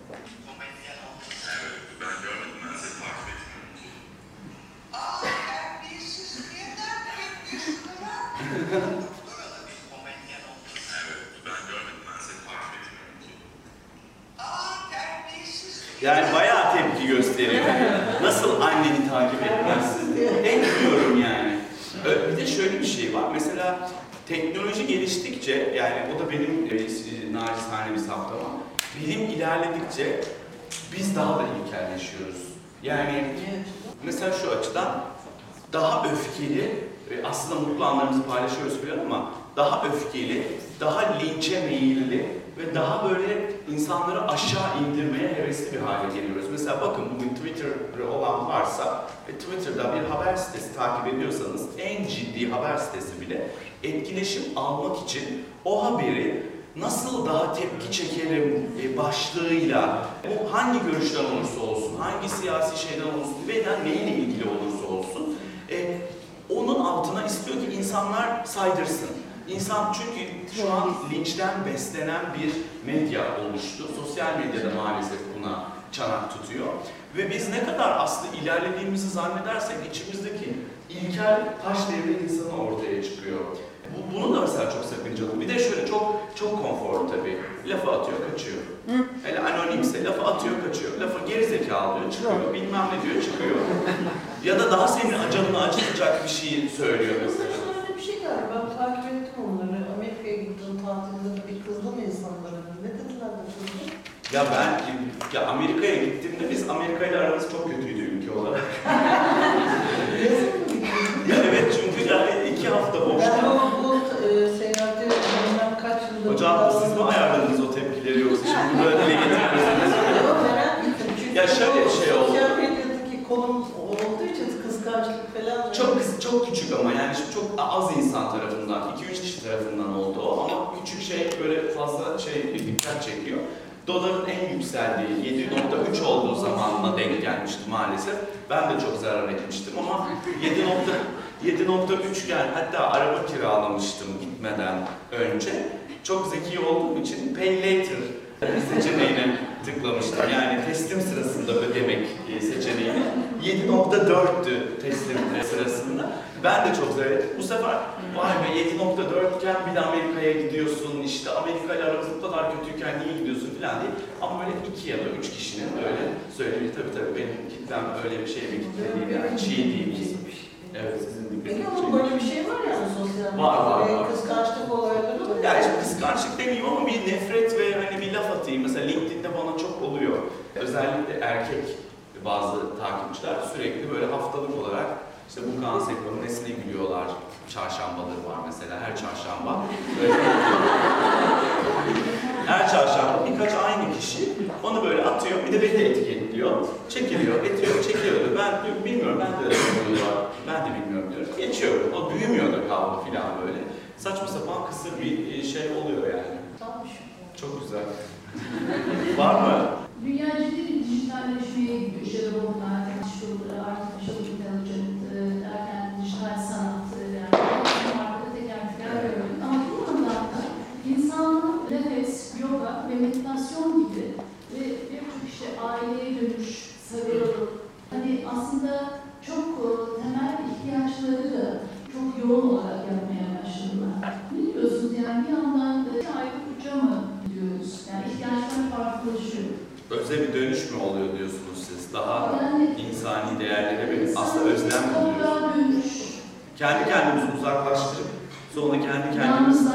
Yani bayağı tepki gösteriyor. Nasıl anneni takip etmezsin? Etmiyorum yani. Bir de şöyle bir şey var. Mesela teknoloji geliştikçe, yani o da benim naçizane bir saptama. Bilim ilerledikçe biz daha da ilkelleşiyoruz. Yani mesela şu açıdan daha öfkeli, aslında mutlu anlarımızı paylaşıyoruz falan ama daha öfkeli, daha linçe meyilli ve daha böyle insanları aşağı indirmeye hevesli bir hale geliyoruz. Mesela bakın bugün Twitter'ı olan varsa ve Twitter'da bir haber sitesi takip ediyorsanız en ciddi haber sitesi bile etkileşim almak için o haberi nasıl daha tepki çekerim başlığıyla, o hangi görüşten olursa olsun, hangi siyasi şeyden olursa veya neyle ilgili olursa olsun, onun altına istiyor ki insanlar saydırsın. İnsan çünkü şu an linçten beslenen bir medya oluştu. Sosyal medyada maalesef buna çanak tutuyor. Ve biz ne kadar aslında ilerlediğimizi zannedersek içimizdeki ilkel taş devri insanı ortaya çıkıyor. Bunu da mesela çok sakıncalı. Bir de şöyle çok konforlu tabii. Lafı atıyor, kaçıyor. Hele anonimse lafı atıyor, kaçıyor. Lafı gerizekalı diyor, çıkıyor. Bilmem ne diyor, çıkıyor. Ya da daha senin canını acıtacak bir şey söylüyor mesela. Öyle bir şey galiba. Ben takip ettim onları. Amerika'ya gittim tatilde bir kızdım insanlara. Ne dediler de kızdım? Ya ben Amerika'ya gittiğimde biz Amerika ile aramız çok kötüydü ülke olarak. Ya evet çünkü yani 2 hafta boşta. Ben bu seyahati bilmem kaç yıldır... Hocam siz mi ayarladınız o tepkileri yoksa şimdi burada dile getiriyorsunuz? Yok merak ettim çünkü ya şöyle bir şey oldu. Sosyal medyadaki konumuz olduğu için kıskançlık falan... Çok küçük ama yani çok az insan tarafından, 2-3 kişi tarafından oldu o ama küçük şey böyle fazla dikkat çekiyor. Doların en yükseldiği 7.3 olduğu zamanla denk gelmişti maalesef. Ben de çok zarar etmiştim ama 7.3 gel hatta araba kiralamıştım gitmeden önce. Çok zeki olduğum için pay later seçeneğine tıklamıştım. Yani teslim sırasında ödemek seçeneğini 7.4'tü teslim sırasında. Ben de çok zarar ettim. Bu sefer vay be 7.4 iken bir de Amerika'ya gidiyorsun, işte Amerika ile aramız bu kadar kötüyken niye gidiyorsun falan diye. Ama böyle 2 ya da 3 kişinin öyle söylediği tabii benim kitlem öyle bir şey bir kitle değil yani çiğ değil. Evet sizin dikkatinizi çekiyor. Peki ama böyle bir şey var yani sosyal medyada. Var. Kıskançlık olayları mı? Yani şimdi kıskançlık demeyeyim ama bir nefret ve hani bir laf atayım. Mesela LinkedIn'de bana çok oluyor. Özellikle erkek bazı takipçiler sürekli böyle haftalık olarak işte bu Kaan Sekman'ın nesine gülüyorlar. Çarşambaları var mesela her çarşamba. Her çarşamba birkaç aynı kişi onu böyle atıyor. Bir de beni de etiketliyor. Çekiliyor, çekiliyor. Ben bilmiyorum, ben de ben de bilmiyorum diyorum. Geçiyor. O büyümüyor da kavga filan böyle. Saçma sapan kısır bir şey oluyor yani. Çok güzel. Var mı? Dünya ciddi bir dijitalleşmeye gidiyor. İşte robotlar, artificial intelligence derken dijital sanat, yani arkada teker görüyoruz. Ama bu yandan da insanın nefes, yoga ve meditasyon gibi ve birçok işte aileye dönüş, sarılık, hani aslında çok temel ihtiyaçları da çok yoğun olarak yapmaya başladılar. Ne diyorsunuz yani bir yandan ayrı uca mı diyoruz? Yani ihtiyaçlar farklılaşıyor. Özel bir dönüş mü oluyor diyorsunuz siz? Daha insani değerlere bir aslında özlem mi duyuyorsunuz? Kendi kendimizi uzaklaştırıp sonra kendi kendimizi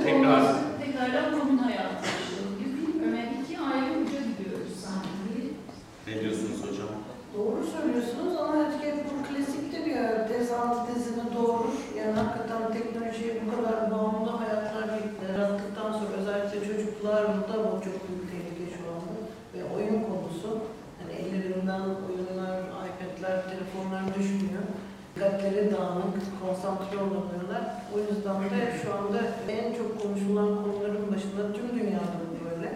tekrardan komün hayatı başlıyor. Bilmiyorum yani 2 ayrı uca gidiyoruz sanki. Ne diyorsunuz hocam? Doğru söylüyorsunuz ama bu klasiktir ya, tez antitezini doğurur. Yani hakikaten teknolojiye bu kadar bağımlı hayatlar yarattıktan sonra özellikle çocuklarda bu çok büyük tehlike şu anda. Ve oyun konusu, hani ellerinden oyunlar, iPad'ler, telefonlar düşmüyor. Dikkatleri dağınık, konsantre olamıyorlar. O yüzden de şu anda en çok konuşulan konuların başında tüm dünyada böyle.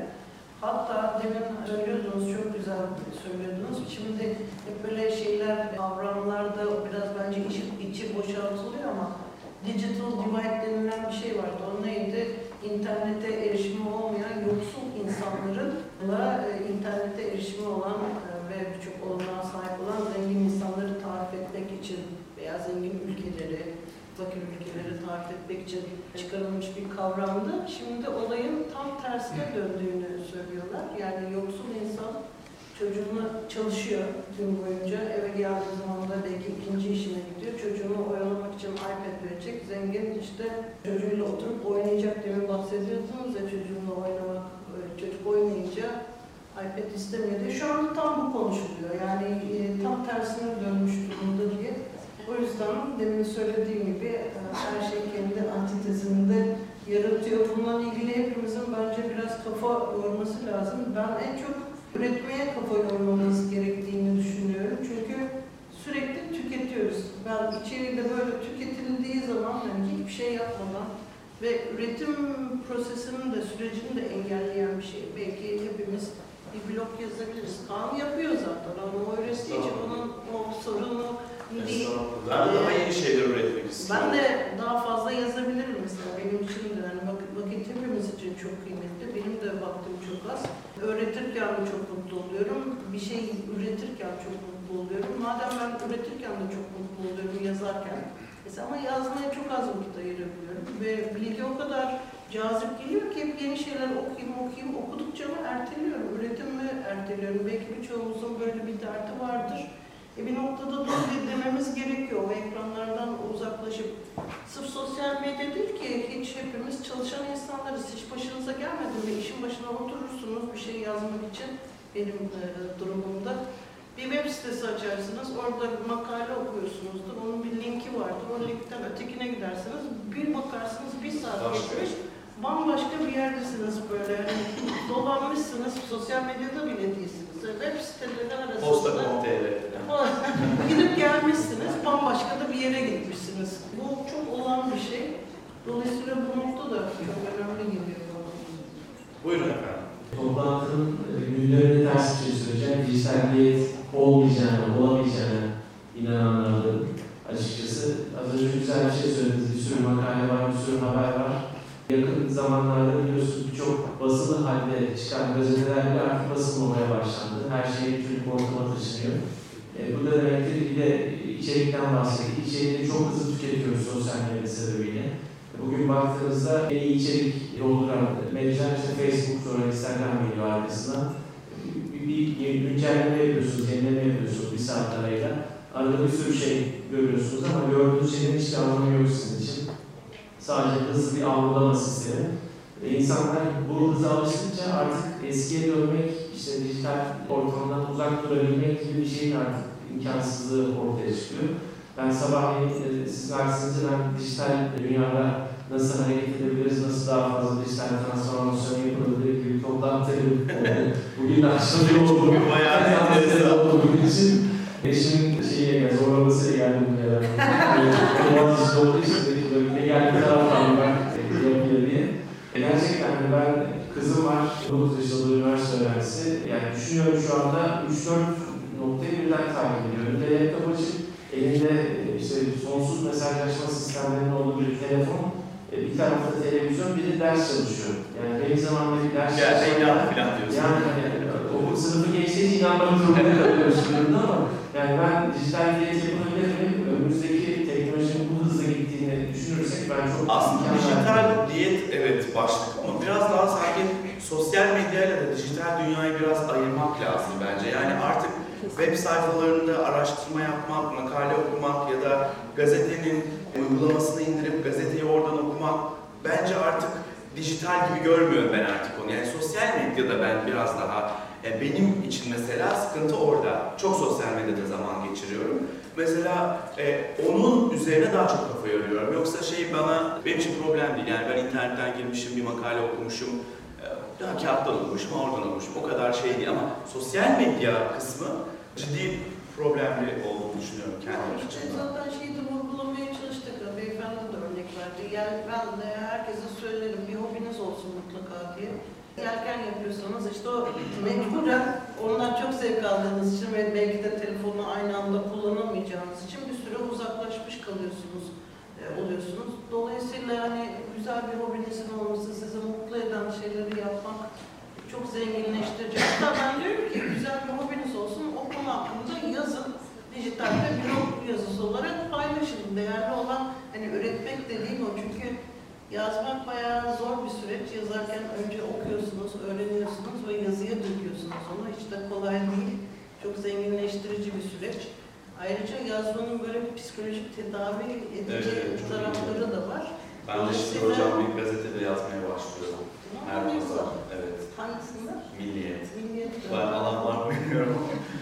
Hatta demin söylüyordunuz, çok güzel söylüyordunuz. Şimdi hep böyle şeyler, kavramlarda biraz bence içi boşaltılıyor ama digital divide denilen bir şey vardı. O neydi? İnternete erişimi olmayan yoksul insanların internete erişimi olan ve birçok olanağa sahip olan zengin insanları tarif etmek için veya zengin ülkeleri, fakir ülkeleri tarif etmek için çıkarılmış bir kavramdı. Şimdi olayın tam tersine döndüğünü söylüyorlar. Yani yoksul insan çocuğuna çalışıyor gün boyunca, eve geldiği zaman da belki ikinci işine gidiyor. Çocuğunu oyalamak için iPad verecek. Zengin işte çocuğuyla oturup oynayacak diye bahsediyordunuz ya, çocuğunla oynamak, çocuk oynayınca iPad istemiyor diye. Şu anda tam bu konuşuluyor. Yani tam tersine dönmüş durumda diye. O yüzden demin söylediğim gibi her şey kendi antitezinde yaratıyor. Bununla ilgili hepimizin bence biraz kafa yorması lazım. Ben en çok üretmeye kafa yormamız gerektiğini düşünüyorum. Çünkü sürekli tüketiyoruz. Ben içeride böyle tüketildiği zaman yani hiçbir şey yapmadan ve üretim prosesinin de sürecini de engelleyen bir şey. Belki hepimiz bir blog yazabiliriz. Kaan yapıyor zaten. Ama o öğrettiği için onun o sorunu değil. Ben daha yeni şeyler üretmek istiyorum. Ben de daha fazla yazabilirim mesela. Benim için de yani vakit hepimiz için çok kıymetli. Benim de vaktim çok az. Öğretirken de çok mutlu oluyorum. Bir şey üretirken çok mutlu oluyorum. Madem ben üretirken de çok mutlu oluyorum yazarken. Mesela ama yazmaya çok az vakit ayırabiliyorum ve bilgi o kadar cazip geliyor ki hep yeni şeyler okuyayım, okudukça mı erteliyorum, üretimimi erteliyorum. Belki birçoğumuzun böyle bir derdi vardır. Bir noktada da dememiz gerekiyor, o ekranlardan uzaklaşıp. Sırf sosyal medya değil ki, hiç hepimiz çalışan insanlarız, hiç başınıza gelmedi ve işin başına oturursunuz bir şey yazmak için benim durumumda. Bir web sitesi açarsınız, orada bir makale okuyorsunuzdur, onun bir linki vardır, o linkten ötekine gidersiniz, bir bakarsınız bir saat geçmiş, bambaşka bir yerdesiniz böyle, yani dolanmışsınız, sosyal medyada bile değilsiniz. Web siteleri arasında Posta.com.tr gidip gelmişsiniz, bambaşka da bir yere gitmişsiniz. Bu çok olağan bir şey. Dolayısıyla bu nokta da çok önemli geliyor bana. Buyurun efendim. Toplantının gündemine ters bir şey söyleyeceğim. Dijitaliyet olmayacağına, olamayacağına inananlardan açıkçası. Az önce güzel bir şey söylediniz. Bir sürü makale var, bir sürü haber var. Yakın zamanlarda biliyorsunuz birçok basılı halde çıkan gazeteler bile artık basılmamaya başlandı. Her şey elektronik ortama taşınıyor. Bu da demektir bir de içerikten bahsettik. İçeriği çok hızlı tüketiyoruz sosyal medya sebebiyle. Bugün baktığınızda en iyi içerik dolduran mecralar işte Facebook, sonra Instagram geliyor arkasına. Bir güncelleme yapıyorsunuz, yenileme yapıyorsunuz bir saat arayla. Arada bir sürü şey görüyorsunuz ama gördüğünüz şeyin hiçbir anlamı yok sizin için. Sadece hızlı bir algılama sistemi. İnsanlar bu hıza alıştıkça artık eskiye dönmek, işte dijital ortamdan uzak durabilmek gibi bir şeyin artık imkansızlığı ortaya çıkıyor. Ben sabahleyin sizin aksinize ben dijital dünyada nasıl hareket edebiliriz, nasıl daha fazla dijital transformasyon yapılabilir gibi bir toplantılarım bugün de aşılıyor oldu. Bugün bayağı enteresan oldu bugün için. Eşimin zorlamasıyla geldim herhalde. Boğaziçi'de olduğu için de geldi taraftan ben yapıyor diye. Gerçekten ben kızım var, 9 yaşında üniversite öğrencisi. Yani düşünüyorum şu anda 3-4 noktayı birden takip ediyorum. Bir de laptop açıp elinde işte sonsuz mesajlaşma sistemlerinin olduğu bir telefon, bir tarafta televizyon, biri ders çalışıyor. Yani benim zamanımda bir ders çalışıyor. Yani okul sınıfı geçtiği için inanmak durumunda kalıyoruz durumda ama yani ben dijital diyet yapabilir miyim? Önümüzdeki teknolojinin bu hızla gittiğini düşünürsek ben çok... Aslında dijital diyet evet başlık ama biraz daha sanki sosyal medyayla da dijital dünyayı biraz ayırmak lazım bence. Yani artık web sayfalarında araştırma yapmak, makale okumak ya da gazetenin uygulamasını indirip gazeteyi oradan okumak bence artık dijital gibi görmüyorum ben artık onu. Yani sosyal medyada ben biraz daha, benim için mesela sıkıntı orada. Çok sosyal medyada zaman geçiriyorum. Mesela onun üzerine daha çok kafa yoruyorum. Yoksa benim için problem değil. Yani ben internetten girmişim, bir makale okumuşum, kağıttan okumuşum, oradan okumuşum. O kadar şey değil ama sosyal medya kısmı ciddi problemli olduğunu düşünüyorum kendim için. Zaten şeyi de vurgulamaya çalıştık. Beyefendi de örnek verdi. Yani ben de herkese söylerim, bir hobiniz olsun mutlaka diye. Yelken yapıyorsanız işte o mecburen ondan çok zevk aldığınız için ve belki de telefonu aynı anda kullanamayacağınız için bir süre uzaklaşmış oluyorsunuz. Dolayısıyla hani güzel bir hobinizin olması, sizi mutlu eden şeyleri yapmak çok zenginleştirici. Hatta ben diyorum ki güzel bir hobiniz olsun, o konu hakkında yazın. Dijitalde blog yazısı olarak paylaşın. Değerli olan hani üretmek dediğim o, çünkü yazmak bayağı zor bir süreç. Yazarken önce okuyorsunuz, öğreniyorsunuz ve yazıya döküyorsunuz onu. Hiç de kolay değil. Çok zenginleştirici bir süreç. Ayrıca yazmanın böyle bir psikolojik tedavi edici tarafları da var. Ben de şimdi hocam bir gazetede yazmaya başlıyorum. Her pazar. Evet. Hangisinde? Milliyet. Milliyet. Ben alan var mı bilmiyorum.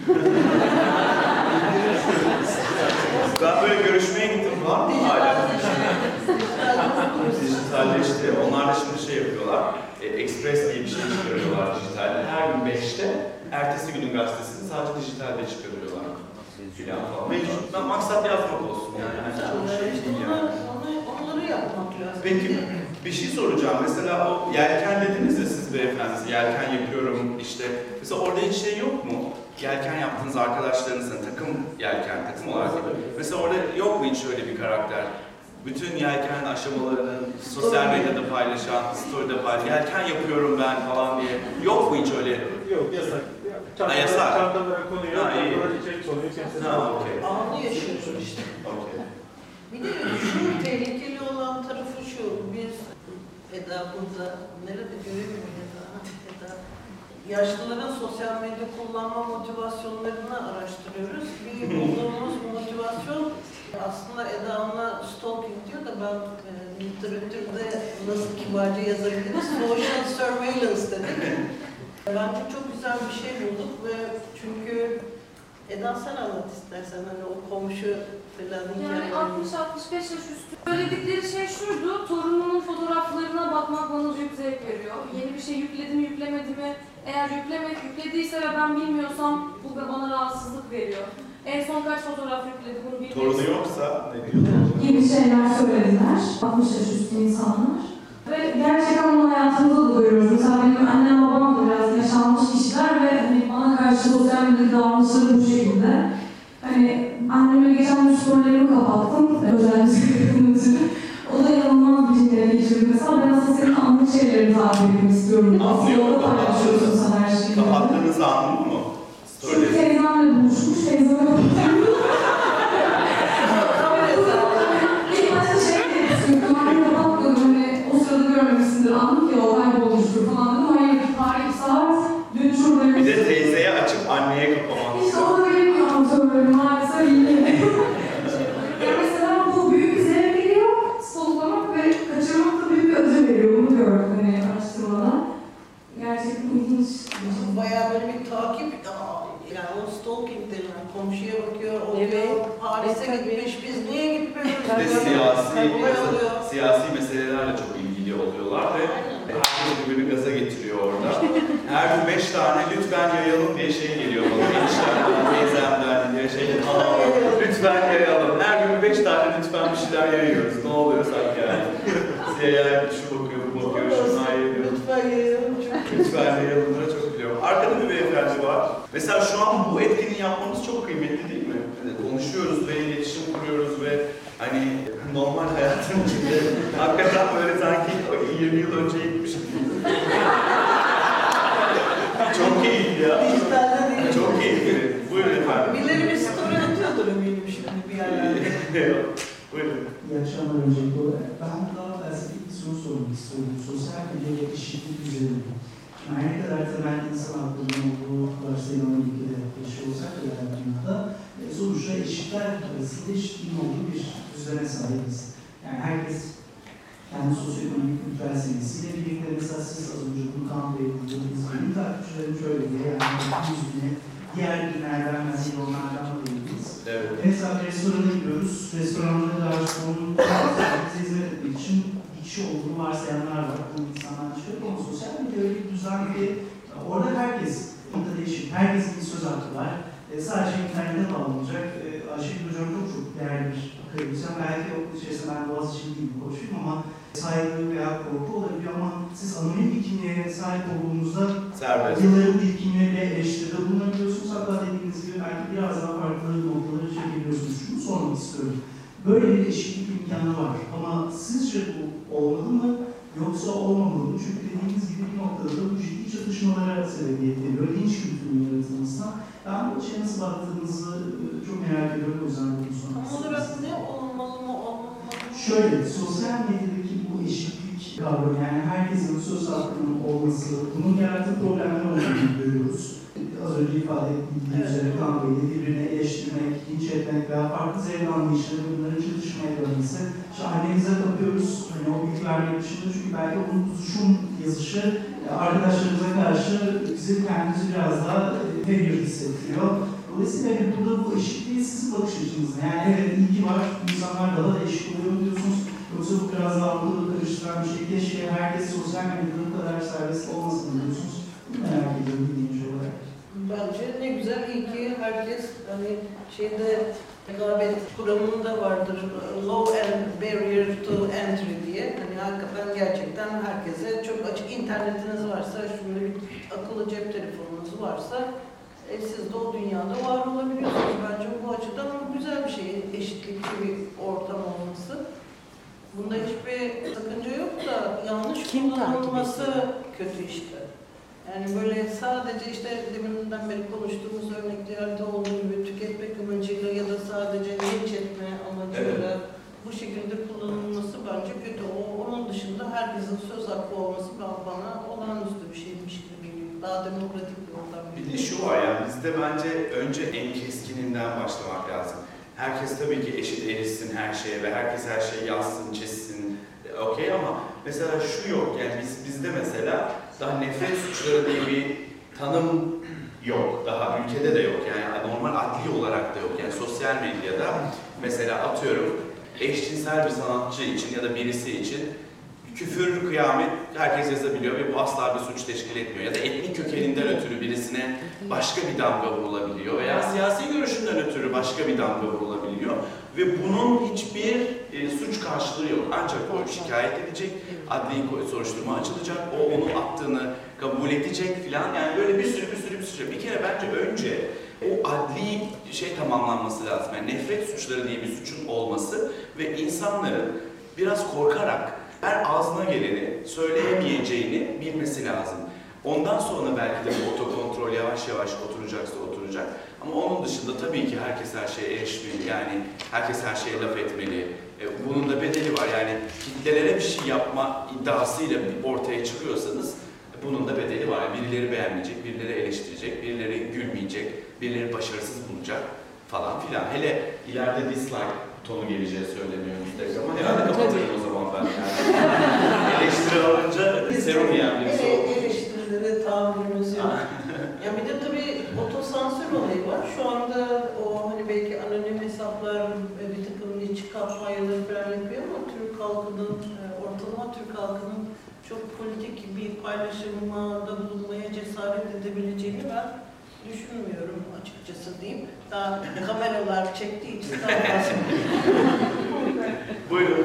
Ben böyle görüşmeye gittim, var mı hala? Dijitalleşti. Onlar da şimdi şey yapıyorlar. Express diye bir şey çıkarıyorlar dijitalde. Her gün 5'te, ertesi günün gazetesini sadece dijitalde çıkarıyorlar. Ve maksat yazmak olsun yani. Çok şey değil yani. Onları yapmak lazım. Peki bir şey soracağım. Mesela o yelken dediniz ya siz beyefendi, yelken yapıyorum işte. Mesela orada hiç şey yok mu? Yelken yaptığınız arkadaşlarınızın takım olarak yapıyor. Mesela orada yok mu hiç öyle bir karakter? Bütün yelken aşamalarını sosyal medyada paylaşan, story'de paylaşan, yelken yapıyorum ben falan diye. Yok mu hiç öyle? Yok, yasak. Yasak. Çantalara konuyor, çantalara içerik konuyor. Ha, okey. Anlı yaşıyorsun işte. Okey. Bir de şu tehlikeli olan tarafı şu, biz Eda burada, nerede görüyor Eda? Yaşlıların sosyal medya kullanma motivasyonlarını araştırıyoruz. Bir bulduğumuz motivasyon, aslında Eda ona stalking diyor da ben literatürde nasıl kibarca yazabiliriz? Social surveillance dedik. Bence çok güzel bir şey bulduk ve çünkü Eda sen anlat istersen hani o komşu falan yani 60-65 yaş üstü. Söyledikleri şey şuydu, torunumun fotoğraflarına bakmak bana büyük zevk veriyor. Yeni bir şey yükledi mi yüklemedi mi? Eğer yüklediyse ve ben bilmiyorsam bu bana rahatsızlık veriyor. En son kaç fotoğraf yükledi bunu bilmiyorum. Torunu yoksa ne diyor? Gibi şeyler söylediler, 60 yaş üstü insanlar. Ve gerçekten bunu hayatımızda da görüyoruz. Mesela benim annem babam da biraz yaşanmış kişiler ve hani bana karşı sosyal medyada davranışları bu şekilde. Hani anneme geçen gün storylerimi kapattım, özel müziklerin ötürü. O da inanılmaz bir cümle geçirdi. Mesela ben aslında senin anlık şeylerini takip etmek istiyorum. Anlıyorum, paylaşıyorsun sen her şeyi. Kapattığınızı anladın mı? Çünkü teyzemle buluşmuş, teyzeme kapatıyorum. İlk başta şey demek istiyorum, annemi kapatmadım, hani o sırada görmemişsindir, anlık ya o kaybolmuştur falan dedim. Hayır, tarih saat, dün şuradayım. Bir de teyzeye açıp anneye kapamak. İşte o da benim amatörlerim maalesef iyi. Yani mesela bu büyük bir zevk veriyor, soluklamak ve kaçırmak da büyük bir ödül veriyor. Bunu gördüm hani araştırmada. Gerçekten ilginç. Bayağı böyle bir takip, yani o stalking denilen komşuya bakıyor, oluyor, Paris'e gitmiş, biz niye gitmiyoruz? Ve siyasi meselelerle çok ilgili oluyorlar ve herkes birbirini gaza getiriyor orada. Her gün 5 tane lütfen yayalım diye şey geliyor bana, eniştemden, teyzemden diye şey lütfen yayalım. Her gün 5 tane lütfen bir şeyler yayıyoruz. Ne oluyor sanki yani? CIA şu bakıyor, bu bakıyor, şunlar yayıyor. Lütfen yayalım. Lütfen yayalımlara çok biliyorum. Arkada bir beyefendi var. Mesela şu an bu etkinliği yapmamız çok kıymetli değil mi? Konuşuyoruz ve iletişim kuruyoruz ve hani normal hayatın içinde hakikaten böyle sanki 20 yıl önce gitmiş gibi. Çok keyifli ya. Çok keyifli. Buyurun efendim. Birileri bir story atıyordur eminim şimdi bir yerlerde. Buyurun. İyi akşamlar öncelikle olarak. Ben daha felsefik bir soru sormak istiyorum. Sosyal medya ve eşitlik üzerinde. Yani her ne kadar temel insan haklarının olduğu varsayılan ülkede yaşıyor olsak da yani dünyada sonuçta eşitler arasında eşitliğin olduğu bir düzene sahibiz. Yani herkes kendi sosyoekonomik kültürel seviyesiyle birlikte mesela siz az önce bunu kamp edildiniz. Benim takipçilerim şöyle diye yani 100 bine diğer günlerden mesela onlardan da değiliz. Evet. Mesela restorana gidiyoruz. Restoranlara garsonun bize hizmet etmek için bir kişi olduğunu varsayanlar var. Bu insanlar çıkıyor ama sosyal medya öyle bir düzen ki orada herkes değişik. Herkesin bir söz hakkı var. Sadece internete bağlanacak. Ayşegül Hocam çok değerli bir akademisyen. Belki okul içerisinde ben Boğaziçi'li gibi konuşayım ama saygı veya korku olabiliyor ama siz anonim bir kimliğe sahip olduğunuzda yılların birikimiyle eleştiride bulunabiliyorsunuz. Hatta dediğiniz gibi belki biraz daha farklı noktaları çekebiliyorsunuz. Şunu sormak istiyorum. Böyle bir eşitlik imkanı var ama sizce bu olmalı mı yoksa olmamalı mı? Çünkü dediğiniz gibi bir noktada da bu ciddi çatışmalara sebebiyet veriyor. Linç kültürünün yaratılmasına. Ben bu açıya nasıl baktığınızı çok merak ediyorum. O yüzden bunu sormak istiyorum. Tam olarak ne olmalı mı olmamalı mı? Şöyle, sosyal medyadaki bu eşitlik kavramı, yani herkesin söz hakkının olması, bunun yarattığı problemler olduğunu görüyoruz. Az önce ifade ettiğim üzere kavgayla birbirine eleştirmek, linç etmek veya farklı zevk anlayışları bunların çalışmaya dönmesi. İşte annemize tapıyoruz, hani o bilgi vermek dışında çünkü belki onun tutuşum yazışı arkadaşlarımıza karşı bizim kendimizi biraz daha inferior hissettiriyor. Dolayısıyla burada bu eşitliği sizin bakış açınızda. Yani evet ilgi var, insanlar daha da eşit oluyor mu diyorsunuz? Yoksa bu biraz daha ortalığı karıştıran bir şey. Keşke herkes sosyal medyada bu kadar serbest olmasın diyorsunuz. Bunu merak ediyorum bilinci olarak. Bence ne güzel, iyi ki herkes hani şeyde rekabet kuramında vardır. Low and barrier to entry diye. Hani hakikaten gerçekten herkese çok açık internetiniz varsa, şöyle bir akıllı cep telefonunuz varsa siz de o dünyada var olabiliyorsunuz. Bence bu açıdan güzel bir şey, eşitlikçi bir ortam olması. Bunda hiçbir sakınca yok da yanlış kullanılması kötü işte. Yani böyle sadece işte deminden beri konuştuğumuz örneklerde olduğu gibi tüketmek amacıyla ya da sadece linç etme amacıyla bu bizde bence önce en keskininden başlamak lazım. Herkes tabii ki eşit erişsin her şeye ve herkes her şeyi yazsın, çizsin, okey ama mesela şu yok, yani bizde mesela daha nefret suçları diye bir tanım yok, daha ülkede de yok yani normal adli olarak da yok yani sosyal medyada mesela atıyorum eşcinsel bir sanatçı için ya da birisi için küfür, kıyamet herkes yazabiliyor ve bu asla bir suç teşkil etmiyor. Ya da etnik kökeninden ötürü birisine başka bir damga vurulabiliyor veya siyasi görüşünden ötürü başka bir damga vurulabiliyor. Ve bunun hiçbir suç karşılığı yok. Ancak o şikayet edecek, adli soruşturma açılacak, o onu attığını kabul edecek filan. Yani böyle bir sürü. Bir kere bence önce o adli şey tamamlanması lazım. Yani nefret suçları diye bir suçun olması ve insanların biraz korkarak her ağzına geleni söyleyemeyeceğini bilmesi lazım. Ondan sonra belki de bu otokontrol yavaş yavaş oturacaksa oturacak. Ama onun dışında tabii ki herkes her şeye erişmeli. Yani herkes her şeye laf etmeli. Bunun da bedeli var. Yani kitlelere bir şey yapma iddiasıyla ortaya çıkıyorsanız bunun da bedeli var. Birileri beğenmeyecek, birileri eleştirecek, birileri gülmeyecek, birileri başarısız bulacak falan filan. Hele ileride dislike tonu geleceği söyleniyor Instagram'a. Herhalde kapatırım o zaman ben yani. Eleştiri alınca serum yiyen birisi oldu. Eleştirilere tahammülümüz yok. Ya bir de tabii otosansür olayı var. Şu anda o hani belki anonim hesaplar bir takım linç kampanyaları falan yapıyor ama Türk halkının, ortalama Türk halkının çok politik bir paylaşımda bulunmaya cesaret edebileceğini ben düşünmüyorum açıkçası diyeyim. Daha kameralar çektiği için daha fazla. Buyurun.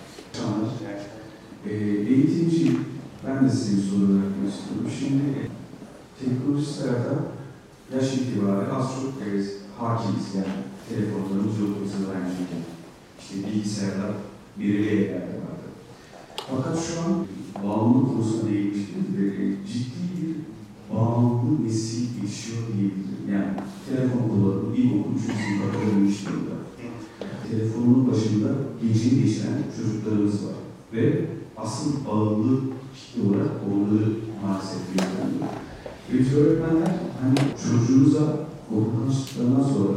Eğitimci, ben de size bir soru vermek istiyorum. Şimdi teknolojik tarafta yaş itibariyle az çok hakimiz yani. Telefonlarımız yok mesela aynı şekilde. İşte bilgisayarlar belirli evlerde vardı. Fakat şu an bağımlılık konusuna değinmiştiniz ve ciddi bir bağımlılık nesil geçiyor diyebilirim. Yani telefon kullanımı ilkokul 3. sınıfa dönmüş durumda. Telefonun başında geceyi geçiren çocuklarımız var. Ve asıl bağımlı kitle olarak onları maalesef gözlemliyor. Ve öğretmenler hani çocuğunuza korkunçlıklarından sonra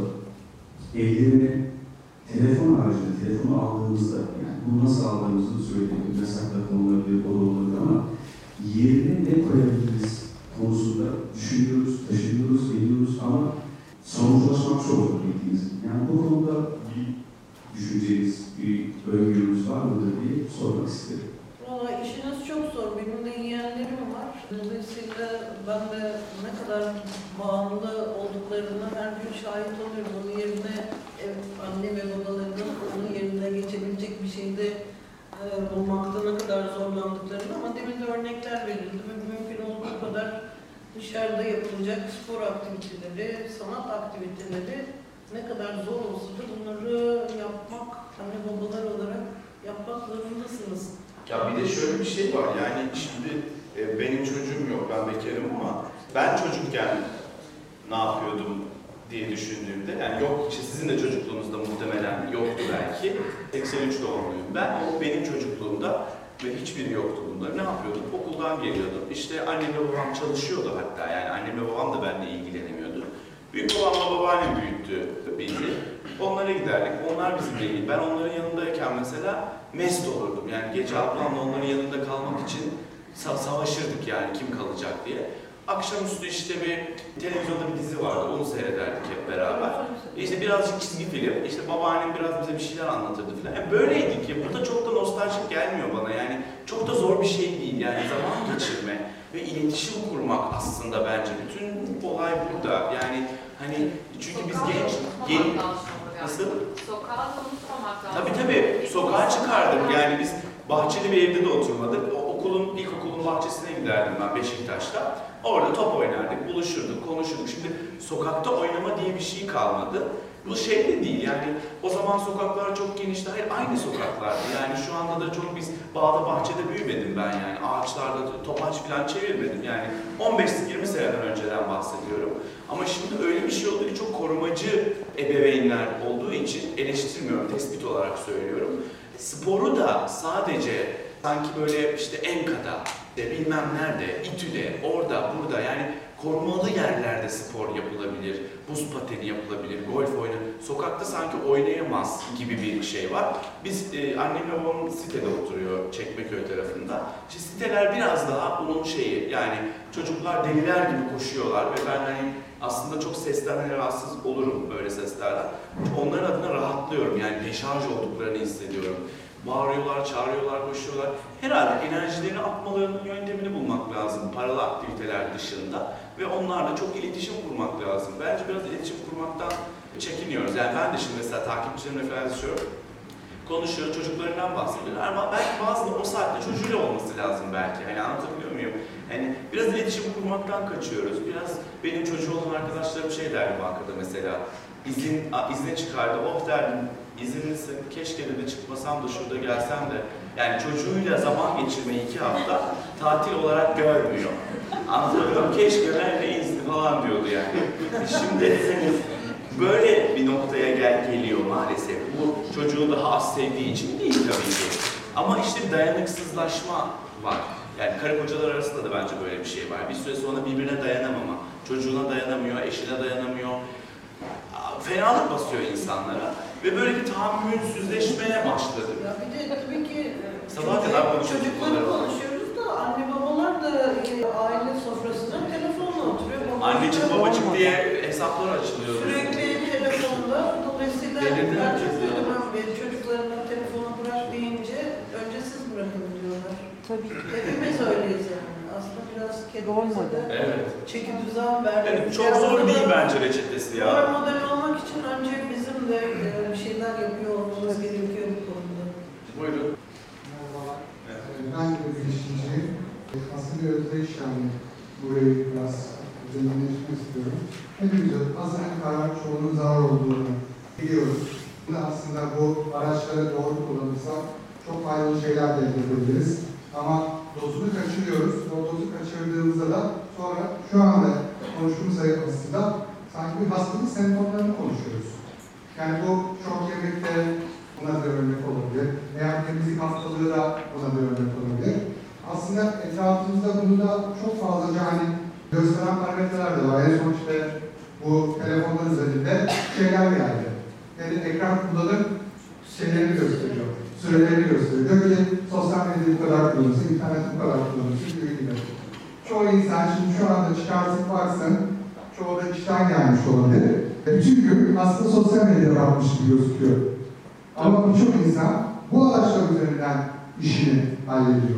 evlerine telefon haricinde, telefonu aldığımızda, yani bunu nasıl aldığımızı söyleyelim, yasakla konulabilir, o da olabilir ama yerine ne koyabiliriz konusunda düşünüyoruz, taşınıyoruz, geliyoruz ama sonuçlaşmak çok zor bildiğiniz. Yani bu konuda bir düşünceniz, bir öngörünüz var mıdır diye sormak isterim. Valla işiniz çok zor. Benim de yeğenlerim var. Dolayısıyla ben de ne kadar bağımlı olduklarına her gün şahit oluyorum. Onun yerine anne ve babalarının onun yerine geçebilecek bir şeyde bulmakta ne kadar zorlandıklarını ama demin de örnekler verildi ve mümkün olduğu kadar dışarıda yapılacak spor aktiviteleri, sanat aktiviteleri ne kadar zor olsa da bunları yapmak, anne babalar olarak yapmak zorundasınız. Ya bir de şöyle bir şey var yani şimdi benim çocuğum yok, ben bekarım ama ben çocukken ne yapıyordum diye düşündüğümde yani yok işte sizin de çocukluğunuzda muhtemelen yoktu belki. 83 doğumluyum ben, o benim çocukluğumda ve hiçbiri yoktu bunlar. Ne yapıyordum? Okuldan geliyordum. İşte annemle babam çalışıyordu hatta yani annemle babam da benimle ilgilenemiyordu. Büyük babamla babaannem büyüttü bizi. Onlara giderdik. Onlar bizimle ilgili. Ben onların yanındayken mesela mest olurdum. Yani gece ablamla onların yanında kalmak için savaşırdık yani kim kalacak diye. Akşamüstü işte bir televizyonda bir dizi vardı. Onu seyrederdik hep beraber. İşte birazcık çizgi film. İşte babaannem biraz bize bir şeyler anlatırdı falan. Yani böyleydik ya. Bu da çok da nostaljik gelmiyor bana. Yani çok da zor bir şey değil. Yani zaman geçirme ve iletişim kurmak aslında bence. Bütün olay burada. Yani hani çünkü biz genç nasıl? Sokağa da unutmamak lazım. Tabii. Sokağa çıkardık. Yani biz bahçeli bir evde de oturmadık. İlkokulun bahçesine giderdim ben Beşiktaş'ta. Orada top oynardık, buluşurduk, konuşurduk. Şimdi sokakta oynama diye bir şey kalmadı. Bu şey de değil yani o zaman sokaklar çok genişti. Hayır aynı sokaklardı. Yani şu anda da çok biz bağda bahçede büyümedim ben yani. Ağaçlarda topaç falan çevirmedim yani. 15-20 seneden önceden bahsediyorum. Ama şimdi öyle bir şey oldu ki çok korumacı ebeveynler olduğu için eleştirmiyorum, tespit olarak söylüyorum. Sporu da sadece sanki böyle işte Enka'da, bilmem nerede, İTÜ'de, orada, burada yani korumalı yerlerde spor yapılabilir, buz pateni yapılabilir, golf oynanır. Sokakta sanki oynayamaz gibi bir şey var. Biz annemle babam sitede oturuyor Çekmeköy tarafında. İşte siteler biraz daha bunun şeyi, yani çocuklar deliler gibi koşuyorlar ve ben hani aslında çok sesten rahatsız olurum böyle seslerden. Onların adına rahatlıyorum, yani deşarj olduklarını hissediyorum. Bağırıyorlar, çağırıyorlar, koşuyorlar. Herhalde enerjilerini atmalarının yöntemini bulmak lazım paralı aktiviteler dışında ve onlarla çok iletişim kurmak lazım. Bence biraz iletişim kurmaktan çekiniyoruz. Yani ben de şimdi mesela takipçilerimle falan yazıyorum. Konuşuyor, çocuklarından bahsediyorlar ama belki bazıları o saatte çocuğuyla olması lazım belki. Hani anlatabiliyor muyum? Yani biraz iletişim kurmaktan kaçıyoruz. Biraz benim çocuğu olan arkadaşlarım şey derdi bankada mesela. İzne çıkardı, oh derdim, izinlisin, keşke de çıkmasam da şurada gelsem de. Yani çocuğuyla zaman geçirmeyi 2 hafta tatil olarak görmüyor. Anlatabiliyor muyum? Keşke nerede izni falan diyordu yani. Şimdi böyle bir noktaya geliyor maalesef. Bu çocuğu daha az sevdiği için değil tabii ki. Ama işte bir dayanıksızlaşma var. Yani karı kocalar arasında da bence böyle bir şey var. Bir süre sonra birbirine dayanamama. Çocuğuna dayanamıyor, eşine dayanamıyor. Fenalık basıyor insanlara. Ve böyle bir tahammülsüzleşmeye başladı. Ya bir de tabii ki sabaha kadar çocukları konuşuyoruz da anne babalar da aile sofrasında telefonla oturuyor. Annecik babacık diye hesaplar açılıyor. Sürekli telefonda. Dolayısıyla çocuklarına telefonu bırak deyince önce siz bırakın diyorlar. Tabii ki. Hepimiz öyleyiz yani. Aslında biraz kendimize de çeki düzen verdik. Evet, çok zor değil bence reçetesi ya. Rol model olmak için önce bizim de bir şeyler yapıyor olmamız gerekiyor bu konuda. Buyurun. Merhabalar. Ben de bir girişimciyim. Aslında bir özdeyiş yani burayı biraz zenginleşmek istiyorum. Hepimiz aslında ne kadar çoğunun zarar olduğunu biliyoruz. Aslında bu araçları doğru kullanırsak çok faydalı şeyler de elde edebiliriz. Ama dozunu kaçırıyoruz. O dozu kaçırdığımızda da sonra şu anda konuştuğumuz aslında sanki bir hastalık semptomlarını konuşuyoruz. Yani bu çok yemekte buna da örnek olabilir. Veya temizlik hastalığı da buna da örnek olabilir. Aslında etrafımızda bunu da çok fazlaca hani gösteren parametreler de var. En son işte bu telefonlar üzerinde şeyler geldi. Yani ekran kullanıp şeylerini gösteriyor. Sürelerini gösteriyor. Diyor ki sosyal medyayı bu kadar kullanırsın, interneti bu kadar kullanırsın gibi. Çoğu insan şimdi şu anda çıkarsın baksın, çoğu da işten gelmiş olabilir. Bütün gün aslında sosyal medyaya bakmış gibi gözüküyor. Ama birçok insan bu araçlar üzerinden işini hallediyor.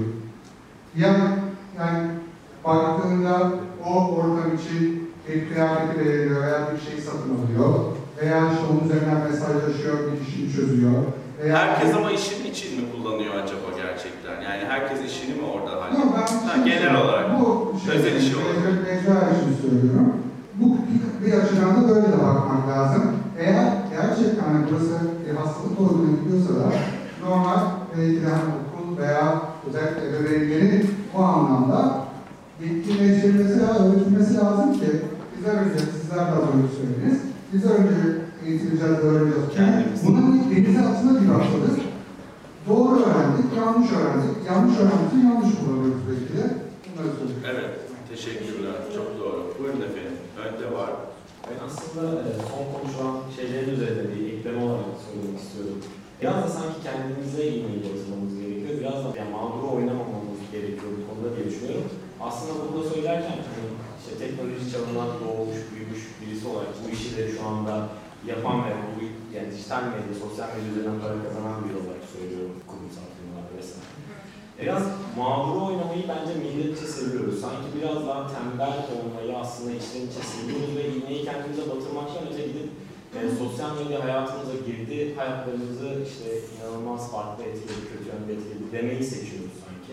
Yani baktığında o ortam için bir kıyafeti beğeniyor veya bir şey satın alıyor. Veya işte onun üzerinden mesajlaşıyor, bir işini çözüyor. Herkes ama işin için mi kullanıyor acaba gerçekten? Yani herkes işini mi orada hallediyor? Genel olarak. Bu özel işi olarak. Mecra işini söylüyorum. Bu bir açıdan da böyle de bakmak lazım. Eğer gerçekten burası hastalık olduğunu gidiyorsa da normal belki de okul veya özellikle ebeveynlerin bu anlamda yetkileştirilmesi veya öğretilmesi lazım ki bizler önce, sizler de az önce söylediniz, bizler önce eğitileceğiz, öğreneceğiz. Bunun ilk denize atına bir başladık. Doğru öğrendik, yanlış öğrendik. Yanlış öğrendik, yanlış kullanıyoruz belki de. Bunları söyleyeyim. Evet, teşekkürler. Çok doğru. Buyurun efendim. Önde var. Ben aslında son konuşulan şeylerin üzerinde bir ekleme olarak söylemek istiyorum. Biraz da sanki kendimize ilmeği batırmamız gerekiyor. Biraz da yani mağduru oynamamamız gerekiyor bu konuda diye düşünüyorum. Aslında burada söylerken işte teknoloji çağından doğmuş, büyümüş birisi olarak bu işleri şu anda yapan ve bu yani dijital medya, sosyal medya üzerinden para kazanan biri olarak söylüyorum kurumsal firmalar vesaire. Biraz mağduru oynamayı bence milletçe seviyoruz. Sanki biraz daha tembel olmayı aslında içten içe seviyoruz ve iğneyi kendimize batırmaktan öte gidip sosyal medya hayatımıza girdi, hayatlarımızı işte inanılmaz farklı etkiledi, kötü yönde etkiledi demeyi seçiyoruz sanki.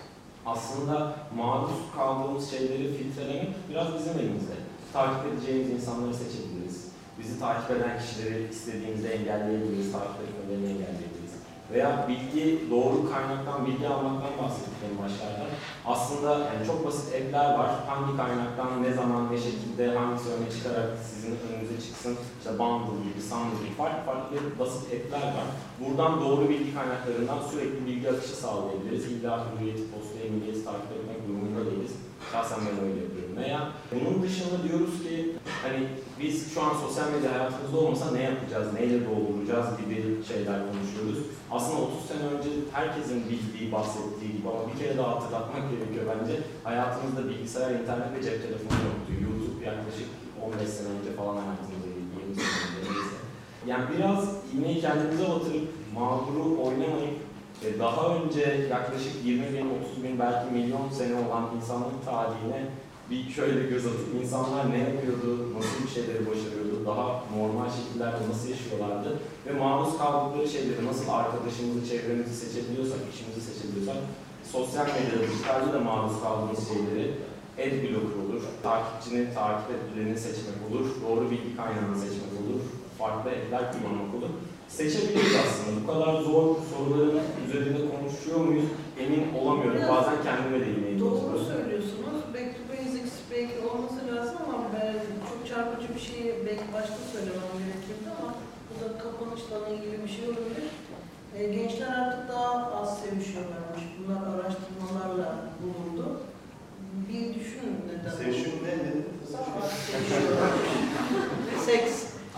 Aslında maruz kaldığımız şeyleri filtrelemek biraz bizim elimizde. Takip edeceğimiz insanları seçebiliriz. Bizi takip eden kişileri istediğimizde engelleyebiliriz, takip etmelerini engelleyebiliriz. Veya doğru kaynaktan bilgi almaktan bahsettik en başlarda. Aslında yani çok basit app'ler var. Hangi kaynaktan, ne zaman, ne şekilde, hangisi öne çıkarak sizin önünüze çıksın. İşte Bundle gibi, Sandal gibi farklı basit app'ler var. Buradan doğru bilgi kaynaklarından sürekli bilgi akışı sağlayabiliriz. İlla Hürriyet'i, Posta'yı, Milliyet'i takip etmek durumunda değiliz. Şahsen ben öyle yapıyorum. Veya bunun dışında diyoruz ki hani biz şu an sosyal medya hayatımızda olmasa ne yapacağız, neyle dolduracağız gibi şeyler konuşuyoruz. Aslında 30 sene önce herkesin bildiği, bahsettiği gibi ama bir kere daha hatırlatmak gerekiyor bence. Hayatımızda bilgisayar, internet ve cep telefonu yoktu. YouTube yaklaşık 15 sene önce falan hayatımızda girdi, 20 sene önce neyse. Yani biraz iğneyi kendimize batırıp, mağduru oynamayıp daha önce yaklaşık 20 bin, 30 bin, belki milyon sene olan insanlık tarihine bir şöyle göz atıp insanlar ne yapıyordu, nasıl bir şeyleri başarıyordu, daha normal şekillerde nasıl yaşıyorlardı ve maruz kaldıkları şeyleri nasıl arkadaşımızı, çevremizi seçebiliyorsak, işimizi seçebiliyorsak, sosyal medyada, dijitalde de maruz kaldığımız şeyleri adblocker olur, takipçini, takip ettiğini seçmek olur, doğru bilgi kaynağını seçmek olur, farklı adler kullanmak olur. Seçebiliriz aslında. Bu kadar zor soruların üzerinde konuşuyor muyuz? Emin olamıyorum. Bazen kendime de yine Doğru söylüyorsunuz. Back to basics belki olması lazım ama ben çok çarpıcı bir şeyi belki başta söylemem gerekirdi ama bu da kapanışla ilgili bir şey olabilir. Gençler artık daha az sevişiyorlarmış. Bunlar araştırmalarla bulundu. Bir düşünün neden. Sevişim ne dedi? Sevişiyorlar. Seks.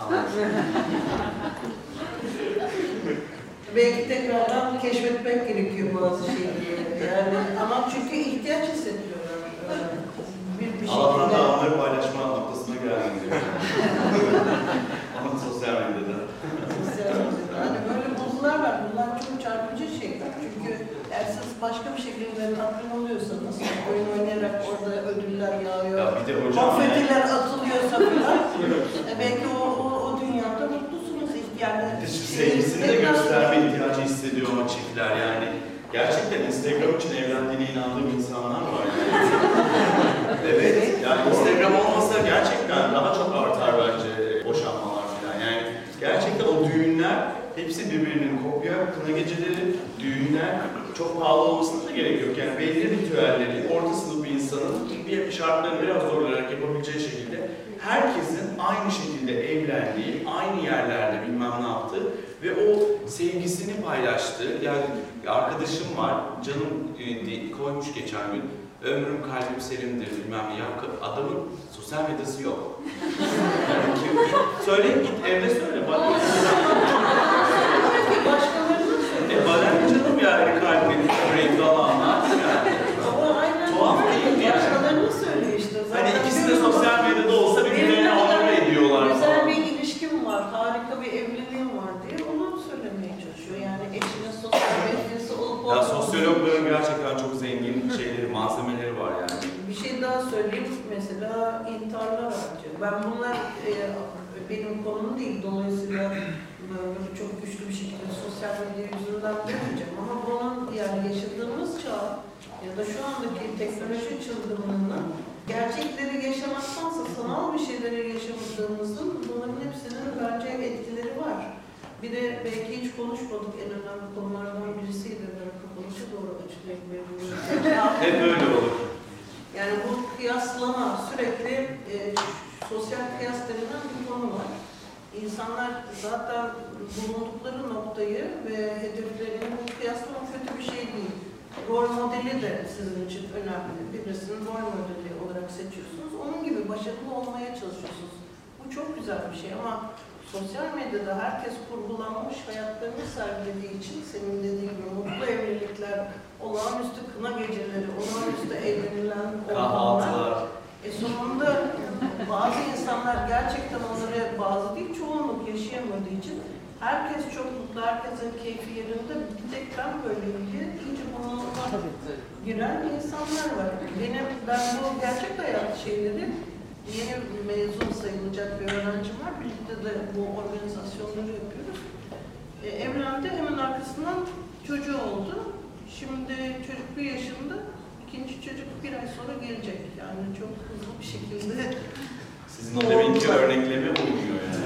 Belki tekrardan keşfetmek gerekiyor bazı şeyleri. Yani ama çünkü ihtiyaç hissediyorlar. Bir şekilde. Allah'tan onları paylaşma noktasına geldim diyor. Ama sosyal medyada. Sosyal medyada. Hani böyle bulgular var. Bunlar çok çarpıcı şeyler. Çünkü eğer siz başka bir şekilde tatmin oluyorsanız, oyun oynayarak orada ödüller yağıyor, ya bir de hocam konfetiler atılıyorsa falan, belki o dünyada mutlusunuz. Yani sevgisini de gösterme ihtiyacı hissediyor o çiftler yani. Gerçekten Instagram için evlendiğine inandığım insanlar var yani. Evet, yani Instagram olmasa gerçekten daha çok artar bence boşanmalar falan. Yani gerçekten o düğünler hepsi birbirinin kopya, kına geceleri, düğünler çok pahalı olmasına da gerek yok. Yani belli ritüelleri orta sınıf bir insanın bir şartlarını biraz zorlayarak yapabileceği şekilde herkesin aynı şekilde evlendiği, aynı yerlerde bilmem ne yaptığı ve o sevgisini paylaştığı, yani arkadaşım var, canım koymuş geçen gün, ömrüm kalbim senindir bilmem ne, ya adamın sosyal medyası yok. Yani söyle git evde söyle bak. Bana canım yani kalbin renkli alanlar yani. Tuhaf değil mi yani? Başkalarını söylüyor işte. Hani ikisi de sosyal medyada olsa birbirlerine onore ediyorlar. Güzel bir ilişkim var, harika bir evliliğim var diye onu söylemeye çalışıyor. Yani eşinin sosyal medyası olup olmaması. Ya sosyologların gerçekten çok zengin şeyleri, malzemeleri var yani. Bir şey daha söyleyeyim. Mesela intiharlar artıyor. Ben bunlar benim konum değil. Dolayısıyla böyle çok güçlü bir şekilde sosyal medya yüzünden demeyeceğim. Ama bunun yani yaşadığımız çağ ya da şu andaki teknoloji çılgınlığına gerçekleri yaşamaktansa sanal bir şeyleri yaşamadığımızın bunların hepsinin bence etkileri var. Bir de belki hiç konuşmadık en önemli konulardan birisiydi. Ben kapanışa doğru açıklayabilirim. Hep öyle olur. Yani bu kıyaslama sürekli sosyal kıyas denilen bir konu var. İnsanlar zaten bulundukları noktayı ve hedeflerini bu kıyaslama kötü bir şey değil. Rol modeli de sizin için önemli. Birisini rol modeli olarak seçiyorsunuz. Onun gibi başarılı olmaya çalışıyorsunuz. Bu çok güzel bir şey ama sosyal medyada herkes kurgulanmış hayatlarını sergilediği için senin dediğin gibi mutlu evlilikler, olağanüstü kına geceleri, olağanüstü evlenilen ortamlar. Sonunda bazı insanlar gerçekten onları bazı değil çoğunluk yaşayamadığı için herkes çok mutlu, herkesin keyfi yerinde bir tek ben böyleyim diye iyice bunalımdan giren insanlar var. Ben bu gerçek hayat şeyleri yeni mezun sayılacak bir öğrencim var. Birlikte de bu organizasyonları yapıyoruz. Evlendi, hemen arkasından çocuğu oldu. Şimdi çocuk 1 yaşında, ikinci çocuk 1 ay sonra gelecek. Yani çok hızlı bir şekilde. Sizin o deminki örnekleme uymuyor yani.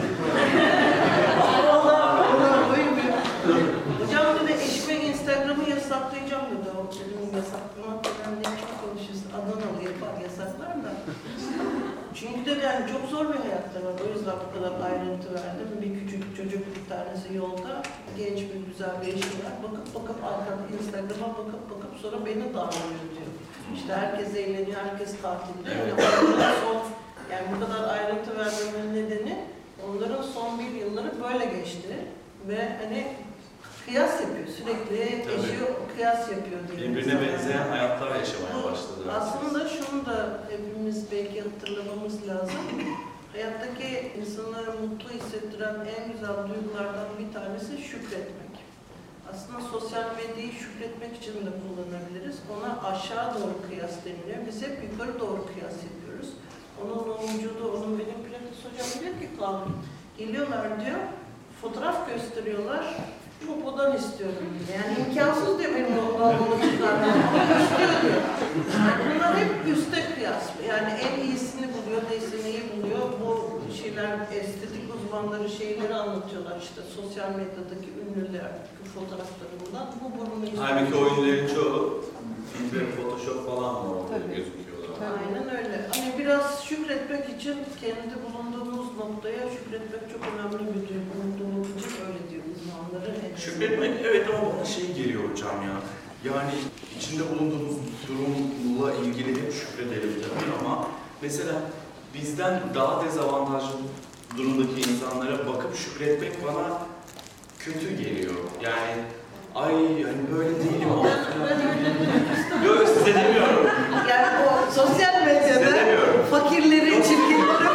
Ona uymuyor. Hocam dedi eşime Instagram'ı yasaklayacağım dedi. O dedim yasaklamak falan diye çok konuşuyoruz. Adanalı yapar yasaklar da. Çünkü de yani çok zor bir hayatta var. O yüzden bu kadar ayrıntı verdim. Bir küçük çocuk bir tanesi yolda, genç bir güzel bir eşi var. Bakıp arkada Instagram'a bakıp sonra beni davranıyor diyor. İşte herkes eğleniyor, herkes tatilde. Yani bu kadar ayrıntı vermemin nedeni onların son bir yılları böyle geçti. Ve hani kıyas yapıyor, sürekli eşi kıyas yapıyor diye. Birbirine benzeyen hayatlar yaşamaya başladı. Aslında şunu da hepimiz belki hatırlamamız lazım. Hayattaki insanları mutlu hissettiren en güzel duygulardan bir tanesi şükretmek. Aslında sosyal medyayı şükretmek için de kullanabiliriz. Ona aşağı doğru kıyas deniliyor. Biz hep yukarı doğru kıyas yapıyoruz. Onun vücudu, onun benim pilates hocam diyor ki kalk. Geliyorlar diyor, fotoğraf gösteriyorlar. Popodan istiyorum diyor. Yani imkansız diyor benim onu çıkarmam. İstiyor diyor. Yani bunlar hep üstte kıyaslı. Yani en iyisini buluyor, neyse iyi buluyor. Bu şeyler, estetik uzmanları şeyleri anlatıyorlar işte sosyal medyadaki ünlüler fotoğraflarından. Bu burnu istiyor. Halbuki oyuncuların çoğu filtre, photoshop falan mı orada gözüküyorlar. Aynen öyle. Hani biraz şükretmek için kendi bulunduğumuz noktaya şükretmek çok önemli bir duygu. Mutluluk için öyle diyor uzmanları. Şükretmek evet ama bana şey geliyor hocam ya. Yani içinde bulunduğumuz durumla ilgili hep şükredelim tabii ama mesela bizden daha dezavantajlı durumdaki insanlara bakıp şükretmek bana kötü geliyor. Yani ay hani böyle değilim ama. Yok size demiyorum. Yani o sosyal medyada fakirleri, çirkinleri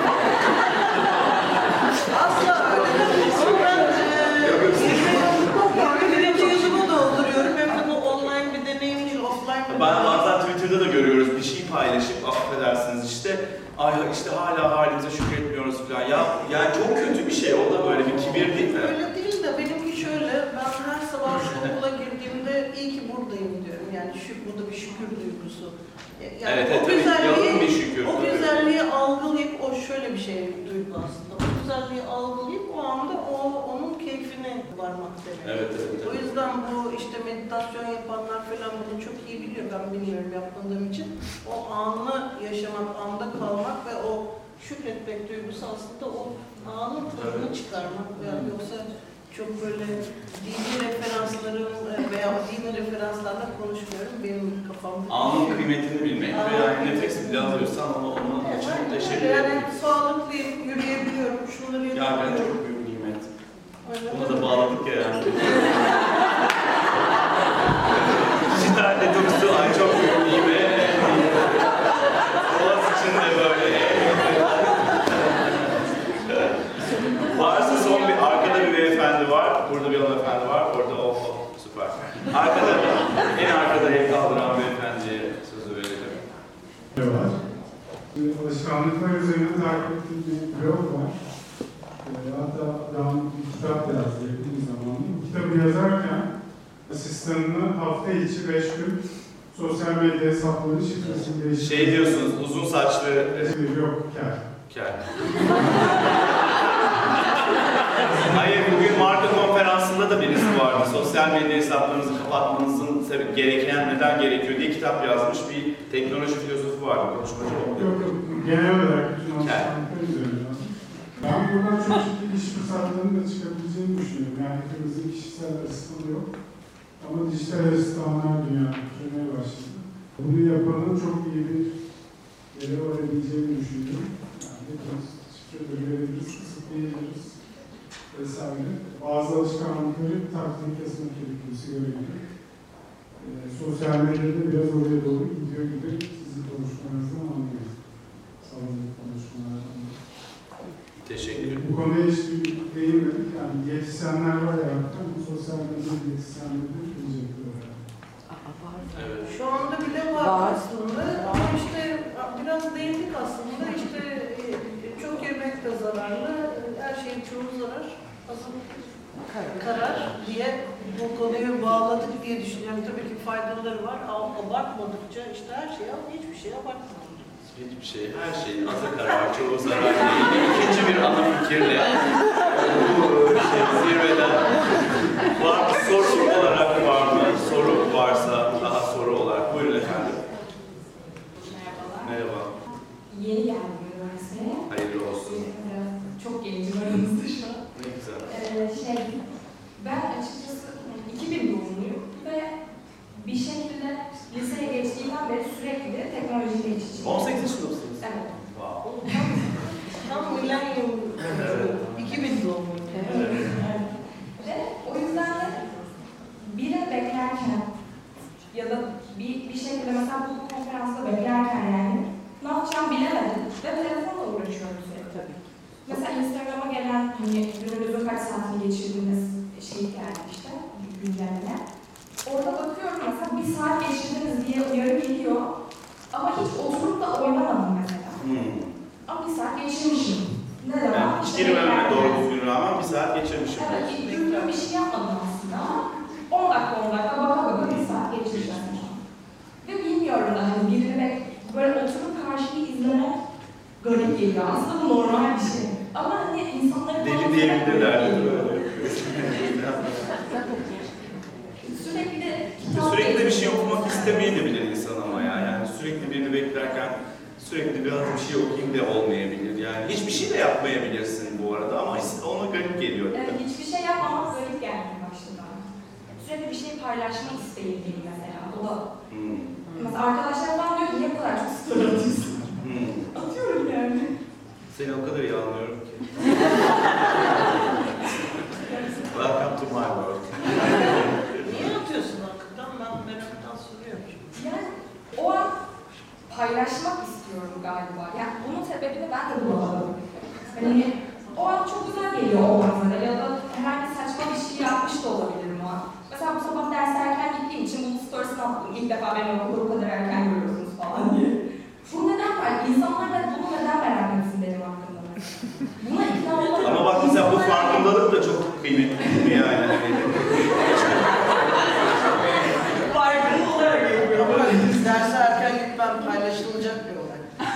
asla öyle değil. Ama ben birinci yüzümü dolduruyorum. Hem de bu online bir deneyim değil, offline bir Ben bazen Twitter'da da görüyoruz bir şey paylaşıp affedersiniz işte ay işte hala halimize şükretmiyoruz falan. Ya yani çok kötü bir şey. O da böyle bir kibir değil mi? Öyle değil de benimki şöyle. Ben her sabah şu okula girdiğimde iyi ki buradayım diyorum. Yani bu da bir şükür duygusu. Yani evet, o güzelliği, bir şükür. O güzelliği algılayıp o şöyle bir şey duygu aslında. O güzelliği algılayıp o anda onun keyfine varmak demek. Evet. O yüzden bu işte meditasyon yapanlar falan bunu çok iyi biliyor. Ben bilmiyorum yapmadığım için. O anı yaşamak, anda kalmak ve o şükretmek duygusu aslında o anın tadını çıkarmak. Yani yoksa çok böyle dini referansların veya dini referanslarla konuşmuyorum. Benim kafamda. Anın kıymetini bilmek ve yani nefes bile alıyorsan onun için teşekkür ederim. Yani sağlıklıyım, yürüyebiliyorum, şunları yapabiliyorum. Yani çok büyük nimet. Buna da bağladık ya yani. Dijital detoksu ay çok büyük nimet. Boğaz için de böyle. Varsa son bir arkada bir beyefendi var, burada bir hanımefendi var, orada süper. Arkada en arkada el kaldıran beyefendiye sözü verelim. Var. Alışkanlıklar üzerine takip ettiğim bir blog var. Hatta daha bir kitap yazdı yakın bir zamanda. Bu kitabı yazarken asistanına hafta içi 5 gün sosyal medya hesapları şifresini değiştirdi. Şey diyorsunuz, uzun saçlı... Yok, kel. Hayır, bugün marka konferansında da birisi vardı. Sosyal medya hesaplarınızı kapatmanızın gereken, neden gerekiyor diye kitap yazmış bir teknoloji filozofu vardı. Konuşmacı oldu. Yok, genel olarak bütün alışkanlıklar üzerine. Ben buradan çok ciddi iş fırsatlarının da çıkabileceğini düşünüyorum. Yani hepimizin kişisel asistanı yok. Ama dijital asistanlar dünyada tutmaya başladı. Bunu yapanın çok iyi bir yere varabileceğini düşünüyorum. Yani hepimiz şifre verebiliriz, kısıtlayabiliriz vesaire. Bazı alışkanlıkları takdim kesmek gerekiyor, sigara gibi. Sosyal medyada biraz oraya doğru gidiyor gibi sizin konuşmalarınızdan anlıyorum. Salonlu konuşmalardan. Teşekkür ederim. Bu konuya hiç değinmedik. Yani diyetisyenler var ya, bu sosyal medya diyetisyenleri diyecekler. Evet. Şu anda bile var aslında ama işte biraz değindik aslında işte çok yemek de zararlı, her şeyin çoğu zarar, azı karar diye bu konuyu bağladık diye düşünüyorum. Tabii ki faydaları var, abartmadıkça işte her şey al, hiçbir şey abartmadık. Hiçbir şey, her şeyin azı karar, çoğu zarar değil. İkinci bir ana fikirle bu zirveden var mı? Soru olarak var mı? Soru varsa daha soru olarak. Buyurun efendim. Merhabalar. Merhaba. Yeni geldim üniversiteye. Hayırlı olsun. Çok yeni mesela bu konferansta beklerken yani ne yapacağımı bilemedim ve telefonla uğraşıyorum sürekli. Tabii. Mesela Instagram'a gelen hani günümüzün kaç saatini geçirdiğiniz şey geldi işte gündemine. Orada bakıyorum mesela 1 saat geçirdiniz diye uyarı geliyor ama hiç oturup da oynamadım mesela. Ama 1 saat geçirmişim. Ne zaman? Yani hiç girmememe doğru düzgün rağmen 1 saat geçirmişim. Evet, ilk gün bir şey yapmadım aslında ama 10 dakika baka 1 saat geçireceğim. Ve bilmiyorum da hani birini böyle oturup karşıyı izlemek garip geliyor. Aslında bu normal bir şey. Ama hani insanların... Deli diyebilirler. Sürekli de bir şey okumak istemeyebilir insan ama ya. Yani sürekli birini beklerken sürekli biraz bir şey okuyayım da olmayabilir. Yani hiçbir şey de yapmayabilirsin bu arada ama ona garip geliyor. Evet, hiçbir şey yapmamak garip gelmeye başladı. Sürekli bir şey paylaşmak isteyebilirim mesela. O da... Mesela arkadaşlar bana diyor ki niye bu kadar çok story atıyorsun? Atıyorum yani. Seni o kadar iyi anlıyorum ki. Welcome to my world. Niye atıyorsun hakikaten? Ben meraktan soruyorum. Yani o an paylaşmak istiyorum galiba. Yani bunun sebebini ben de bulamadım. Hani o an çok güzel geliyor o manzara ya da herhangi saçma bir şey yapmış da olabilirim o an. Mesela bu sabah ders erken gittiğim için bunun storiesini attım. İlk defa benim okulu bu kadar erken görüyorsunuz falan diye. Bu neden var? İnsanlar da bunu neden merak etsin benim hakkında? Buna ikna olmak... Ama bak mesela bu farkındalık da çok kıymetli yani. Farkında olarak yapıyor. Ama derse erken gitmem paylaşılacak bir olay.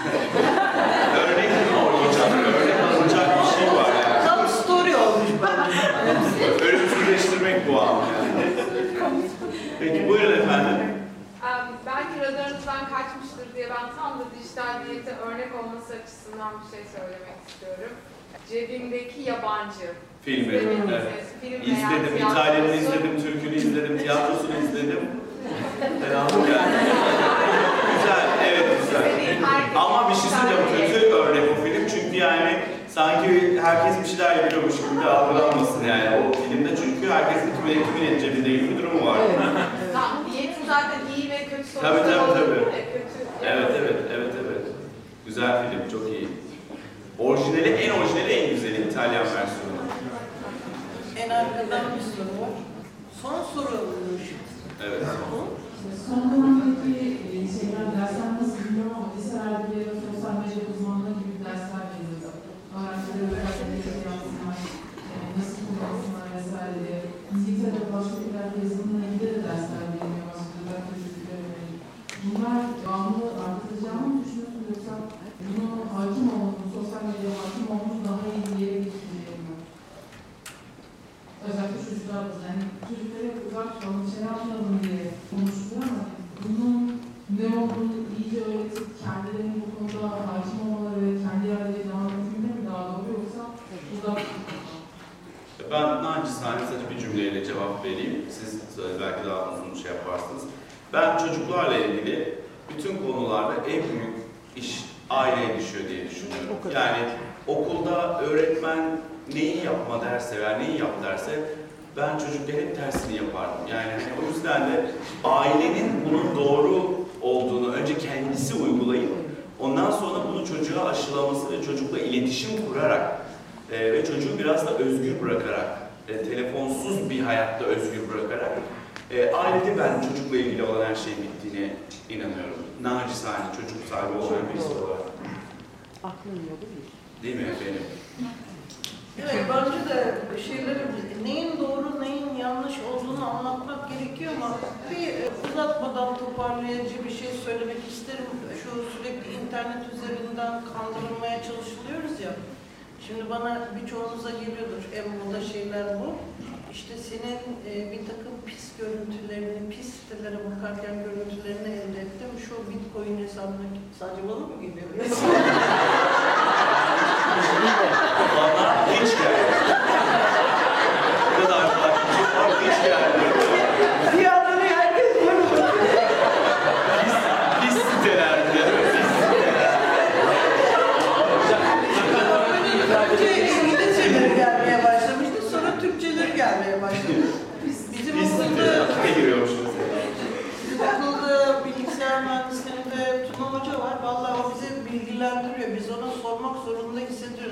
Örnek mi olacak? Örnek alınacak bir şey var yani. Tam story olmuş bence. Ölümsüzleştirmek bu an yani. Peki buyurun efendim. Belki radarınızdan kaçmıştır diye ben tam da dijitaliyete örnek olması açısından bir şey söylemek istiyorum. Cebimdeki yabancı. Filmi. Evet. İzledim, İtalyan'ı izledim, Türk'ünü izledim, tiyatrosunu izledim. Fena yani. Güzel, evet güzel. Ama bir şey söyleyeceğim, kötü örnek o film çünkü yani sanki herkes bir şeyler yapıyormuş gibi de algılanmasın yani o filmde çünkü herkesin kimin cebinde gibi bir durumu var. Niyetin zaten iyi ve kötü Tabii. Evet. Evet. Güzel film, çok iyi. En orijinali en güzeli İtalyan versiyonu. En arkadan bir soru var. Son soru olmuş. Evet. Son dönemdeki şeyler, dersler nasıl bilmiyorum ama liselerde bir yere sosyal medya uzmanlığı gibi dersler verildi. Öğrencilere özellikle yapsınlar, nasıl kullansınlar vesaire diye. İngiltere'de başka ülkelerde yazılımla ilgili de dersler veriliyor başka çocuklara. Bunlar devamlı arttıracağını mı düşünüyorsunuz yoksa bunu hakim olmanın, sosyal medya hakim olmanın daha iyi bir yere getirmeyelim mi? Özellikle çocuklarımız, yani çocuklara uzak tutalım, şey yapmayalım diye konuşuluyor ama bunun ne olduğunu iyice öğretip kendilerinin bu konuda hakim olmaları ve kendi yerleri devam etmeleri mi daha doğru yoksa uzak tutalım? Ben naçizane sadece bir cümleyle cevap vereyim. Siz belki daha uzun şey yaparsınız. Ben çocuklarla ilgili bütün konularda en büyük iş aileye düşüyor diye düşünüyorum. Yani okulda öğretmen neyi yapma derse veya neyi yap derse ben çocukken hep tersini yapardım. Yani o yüzden de ailenin bunun doğru olduğunu önce kendisi uygulayıp ondan sonra bunu çocuğa aşılaması ve çocukla iletişim kurarak ve çocuğu biraz da özgür bırakarak, telefonsuz bir hayatta özgür bırakarak ailede ben çocukla ilgili olan her şeyin bittiğine inanıyorum. Nacizane çocuk sahibi olan birisi olarak. Aklın yolu değil. Değil mi efendim? Evet, bence de neyin doğru, neyin yanlış olduğunu anlatmak gerekiyor ama bir uzatmadan toparlayıcı bir şey söylemek isterim. Şu sürekli internet üzerinden kandırılmaya çalışılıyoruz ya. Şimdi bana birçoğunuza geliyordur, en moda şeyler bu. İşte senin bir takım pis görüntülerini, pis sitelere bakarken görüntülerini elde ettim. Şu Bitcoin hesabına sadece bana mı geliyor? Valla hiç geldi. Bu kadar hiç geldi. Fiyatları herkes böyle bakıyor. Pis sitelerde. Önce İngilizceleri gelmeye başlamıştı, sonra Türkçeleri gelmeye başladı. Bizim okulda bilgisayar mühendisliği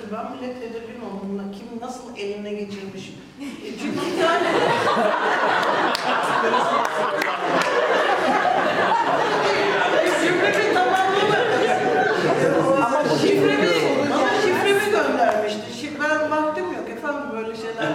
söyledi. Ben bile tedirgin oldum. Kim nasıl eline geçirmiş. Çünkü yani... Şifremi tamamlamadı. Ama şifremi göndermişti. Ben vaktim yok efendim böyle şeyler.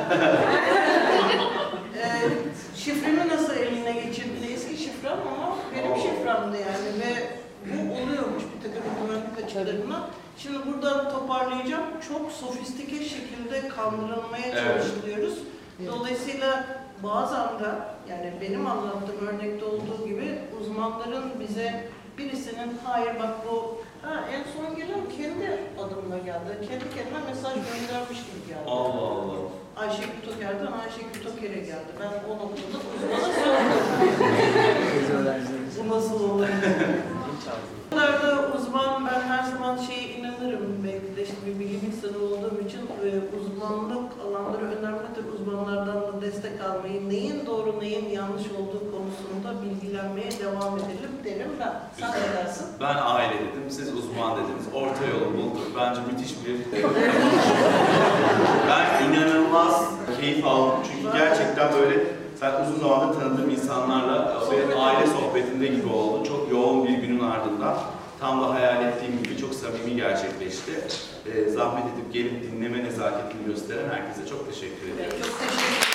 Şifremi nasıl eline geçirdi? Eski şifrem ama benim şifremdi yani ve bu oluyormuş bir takım güvenlik açıklarına. Şimdi buradan toparlayacağım. Çok sofistike şekilde kandırılmaya çalışılıyoruz. Dolayısıyla bazen de yani benim anlattığım örnekte olduğu gibi uzmanların bize birisinin hayır bak bu en son gelen kendi adımla geldi. Kendi kendine mesaj göndermiş gibi geldi. Allah Allah. Ayşegül Toker'den Ayşegül Toker'e geldi. Ben o noktada uzmana sordum. Bu nasıl olur? Buralarda uzman, ben her zaman şeye inanırım. Belki de işte bir bilim insanı olduğum için uzmanlık alanları önemlidir. Uzmanlardan da destek almayı, neyin doğru, neyin yanlış olduğu konusunda bilgilenmeye devam edelim derim ben. Sen ne dersin? Ben aile dedim, siz uzman dediniz. Orta yolu bulduk. Bence müthiş bir... Ben inanılmaz keyif aldım. Çünkü gerçekten böyle sen uzun zamandır tanıdığım insanlarla ve aile sohbetinde gibi oldu. Çok yoğun bir günün ardından tam da hayal ettiğim gibi çok samimi gerçekleşti. Zahmet edip gelip dinleme nezaketini gösteren herkese çok teşekkür ederim. Çok teşekkür ederim.